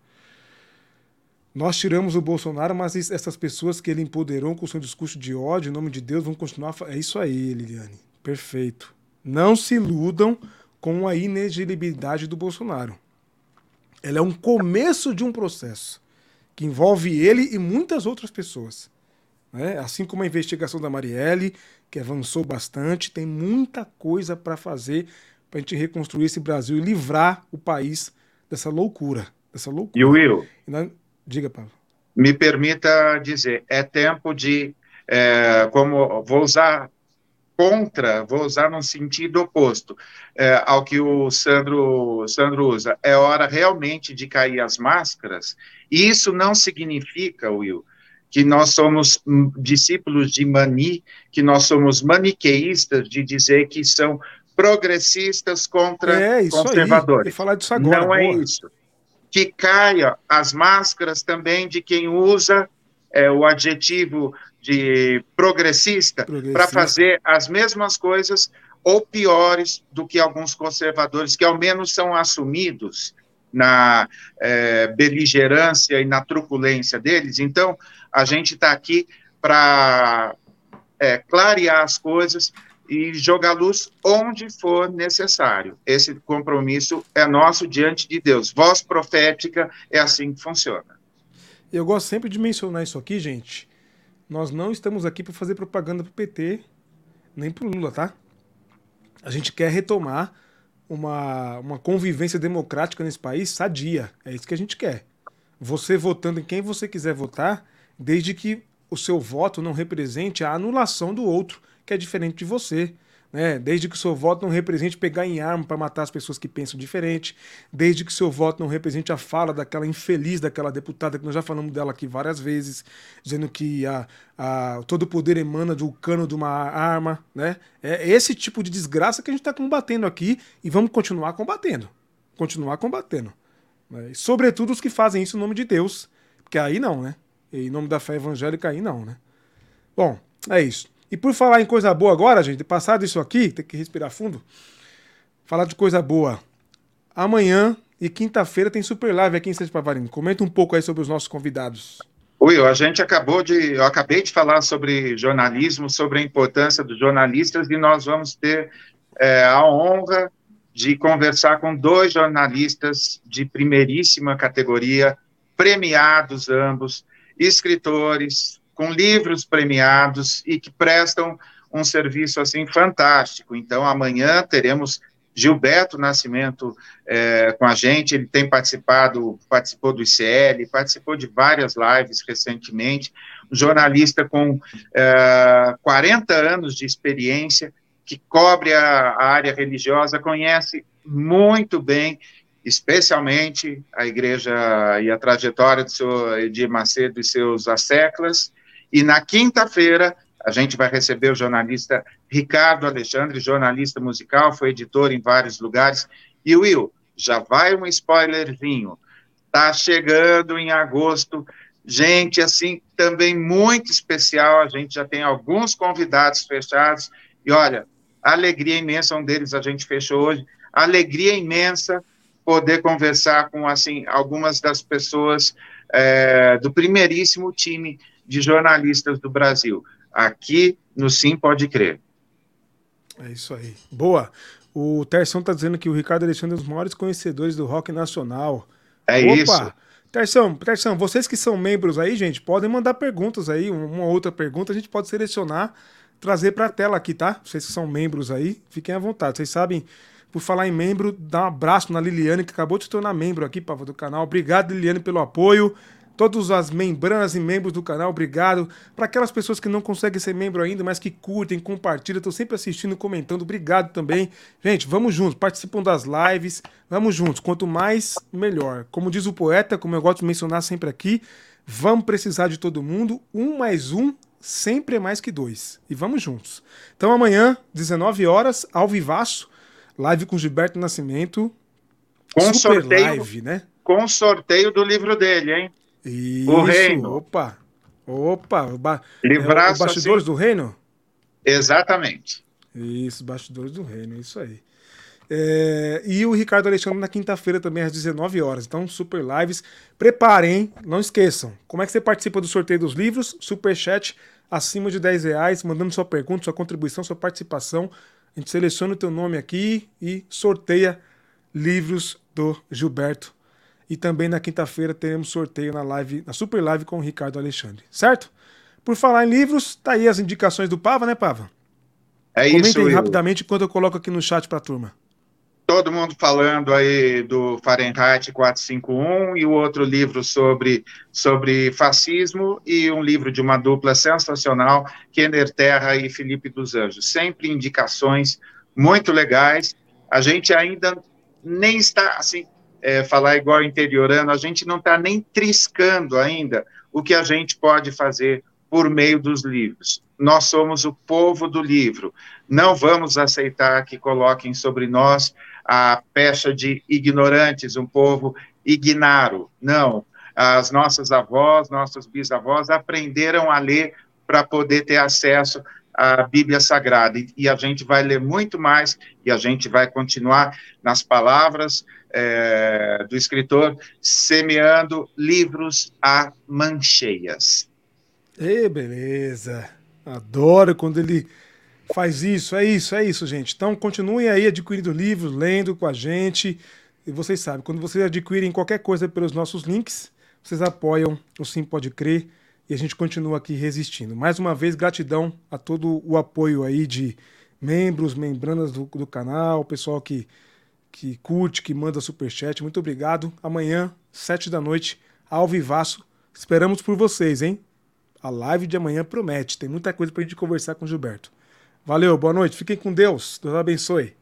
Speaker 1: Nós tiramos o Bolsonaro, mas essas pessoas que ele empoderou com o seu discurso de ódio, em nome de Deus, vão continuar... É isso aí, Liliane. Perfeito. Não se iludam com a inelegibilidade do Bolsonaro. Ela é um começo de um processo que envolve ele e muitas outras pessoas, né? Assim como a investigação da Marielle, que avançou bastante, tem muita coisa para fazer para a gente reconstruir esse Brasil e livrar o país dessa loucura.
Speaker 2: E Will...
Speaker 1: Diga, Paulo.
Speaker 2: Me permita dizer, é tempo de, como vou usar num sentido oposto ao que o Sandro usa, é hora realmente de cair as máscaras, e isso não significa, Will, que nós somos discípulos de Mani, que nós somos maniqueístas de dizer que são progressistas contra conservadores.
Speaker 1: Aí. Falar disso agora,
Speaker 2: não é isso. Que caia as máscaras também de quem usa o adjetivo de progressista para fazer as mesmas coisas ou piores do que alguns conservadores, que ao menos são assumidos na beligerância e na truculência deles. Então, a gente está aqui para clarear as coisas e jogar luz onde for necessário. Esse compromisso é nosso diante de Deus. Voz profética é assim que funciona.
Speaker 1: Eu gosto sempre de mencionar isso aqui, gente. Nós não estamos aqui para fazer propaganda para o PT, nem para o Lula, tá? A gente quer retomar uma convivência democrática nesse país sadia. É isso que a gente quer. Você votando em quem você quiser votar, desde que o seu voto não represente a anulação do outro, que é diferente de você, né? Desde que o seu voto não represente pegar em arma para matar as pessoas que pensam diferente, desde que o seu voto não represente a fala daquela infeliz, daquela deputada, que nós já falamos dela aqui várias vezes, dizendo que todo o poder emana do cano de uma arma, né? É esse tipo de desgraça que a gente está combatendo aqui e vamos continuar combatendo. Né? E, sobretudo os que fazem isso em nome de Deus, Porque aí não, né? Em nome da fé evangélica, aí não, né? Bom, é isso. E por falar em coisa boa agora, gente, passado isso aqui, tem que respirar fundo, falar de coisa boa. Amanhã e quinta-feira tem super live aqui em Sede Pavarini. Comenta um pouco aí sobre os nossos convidados.
Speaker 2: Will, eu acabei de falar sobre jornalismo, sobre a importância dos jornalistas, e nós vamos ter a honra de conversar com 2 jornalistas de primeiríssima categoria, premiados ambos, escritores, com livros premiados e que prestam um serviço assim fantástico. Então, amanhã teremos Gilberto Nascimento com a gente. Ele tem participou do ICL, participou de várias lives recentemente, um jornalista com 40 anos de experiência, que cobre a área religiosa, conhece muito bem, especialmente a igreja e a trajetória do seu Edir Macedo e seus asseclas. E na quinta-feira a gente vai receber o jornalista Ricardo Alexandre, jornalista musical, foi editor em vários lugares. E, Will, já vai um spoilerzinho, está chegando em agosto, gente, assim, também muito especial, a gente já tem alguns convidados fechados, e olha, alegria imensa, um deles a gente fechou hoje, alegria imensa poder conversar com, assim, algumas das pessoas do primeiríssimo time de jornalistas do Brasil, aqui no Sim Pode Crer.
Speaker 1: É isso aí. Boa. O Terção tá dizendo que o Ricardo Alexandre é um dos maiores conhecedores do rock nacional.
Speaker 2: É isso.
Speaker 1: Terção, vocês que são membros aí, gente, podem mandar perguntas aí, uma outra pergunta, a gente pode selecionar, trazer pra tela aqui, tá? Vocês que são membros aí, fiquem à vontade. Vocês sabem, por falar em membro, dá um abraço na Liliane, que acabou de se tornar membro aqui, Pava, do canal. Obrigado, Liliane, pelo apoio. Todas as membranas e membros do canal, obrigado. Para aquelas pessoas que não conseguem ser membro ainda, mas que curtem, compartilham, estão sempre assistindo, comentando, obrigado também. Gente, vamos juntos, participam das lives, vamos juntos. Quanto mais, melhor. Como diz o poeta, como eu gosto de mencionar sempre aqui, vamos precisar de todo mundo. 1 mais 1 sempre é mais que 2. E vamos juntos. Então amanhã, 19 horas, ao vivaço, live com Gilberto Nascimento.
Speaker 2: Com
Speaker 1: super
Speaker 2: sorteio,
Speaker 1: live, né?
Speaker 2: Com sorteio do livro dele, hein?
Speaker 1: Isso,
Speaker 2: O Reino.
Speaker 1: Opa,
Speaker 2: Livraço,
Speaker 1: o Bastidores
Speaker 2: assim,
Speaker 1: do Reino?
Speaker 2: Exatamente.
Speaker 1: Isso, Bastidores do Reino, isso aí. E o Ricardo Alexandre na quinta-feira também às 19 horas. Então, super lives. Preparem, hein? Não esqueçam. Como é que você participa do sorteio dos livros? Superchat acima de R$10, mandando sua pergunta, sua contribuição, sua participação. A gente seleciona o teu nome aqui e sorteia livros do Gilberto. E também na quinta-feira teremos sorteio na super live com o Ricardo Alexandre, certo? Por falar em livros, tá aí as indicações do Pava, né, Pava?
Speaker 2: Comentem
Speaker 1: aí rapidamente enquanto eu coloco aqui no chat pra turma.
Speaker 2: Todo mundo falando aí do Fahrenheit 451 e o outro livro sobre fascismo e um livro de uma dupla sensacional, Kenner Terra e Felipe dos Anjos. Sempre indicações muito legais. A gente ainda nem está, assim, falar igual interiorano, a gente não está nem triscando ainda o que a gente pode fazer por meio dos livros. Nós somos o povo do livro. Não vamos aceitar que coloquem sobre nós a pecha de ignorantes, um povo ignaro. Não. As nossas avós, nossos bisavós aprenderam a ler para poder ter acesso à Bíblia Sagrada. E a gente vai ler muito mais e a gente vai continuar nas palavras do escritor, semeando livros a mancheias.
Speaker 1: Beleza. Adoro quando ele faz isso. É isso, gente. Então continuem aí adquirindo livros, lendo com a gente. E vocês sabem, quando vocês adquirem qualquer coisa pelos nossos links, vocês apoiam o Sim Pode Crer e a gente continua aqui resistindo. Mais uma vez, gratidão a todo o apoio aí de membros, membranas do canal, o pessoal que curte, que manda superchat. Muito obrigado. Amanhã, 7h, ao vivaço. Esperamos por vocês, hein? A live de amanhã promete. Tem muita coisa pra gente conversar com o Gilberto. Valeu, boa noite. Fiquem com Deus. Deus abençoe.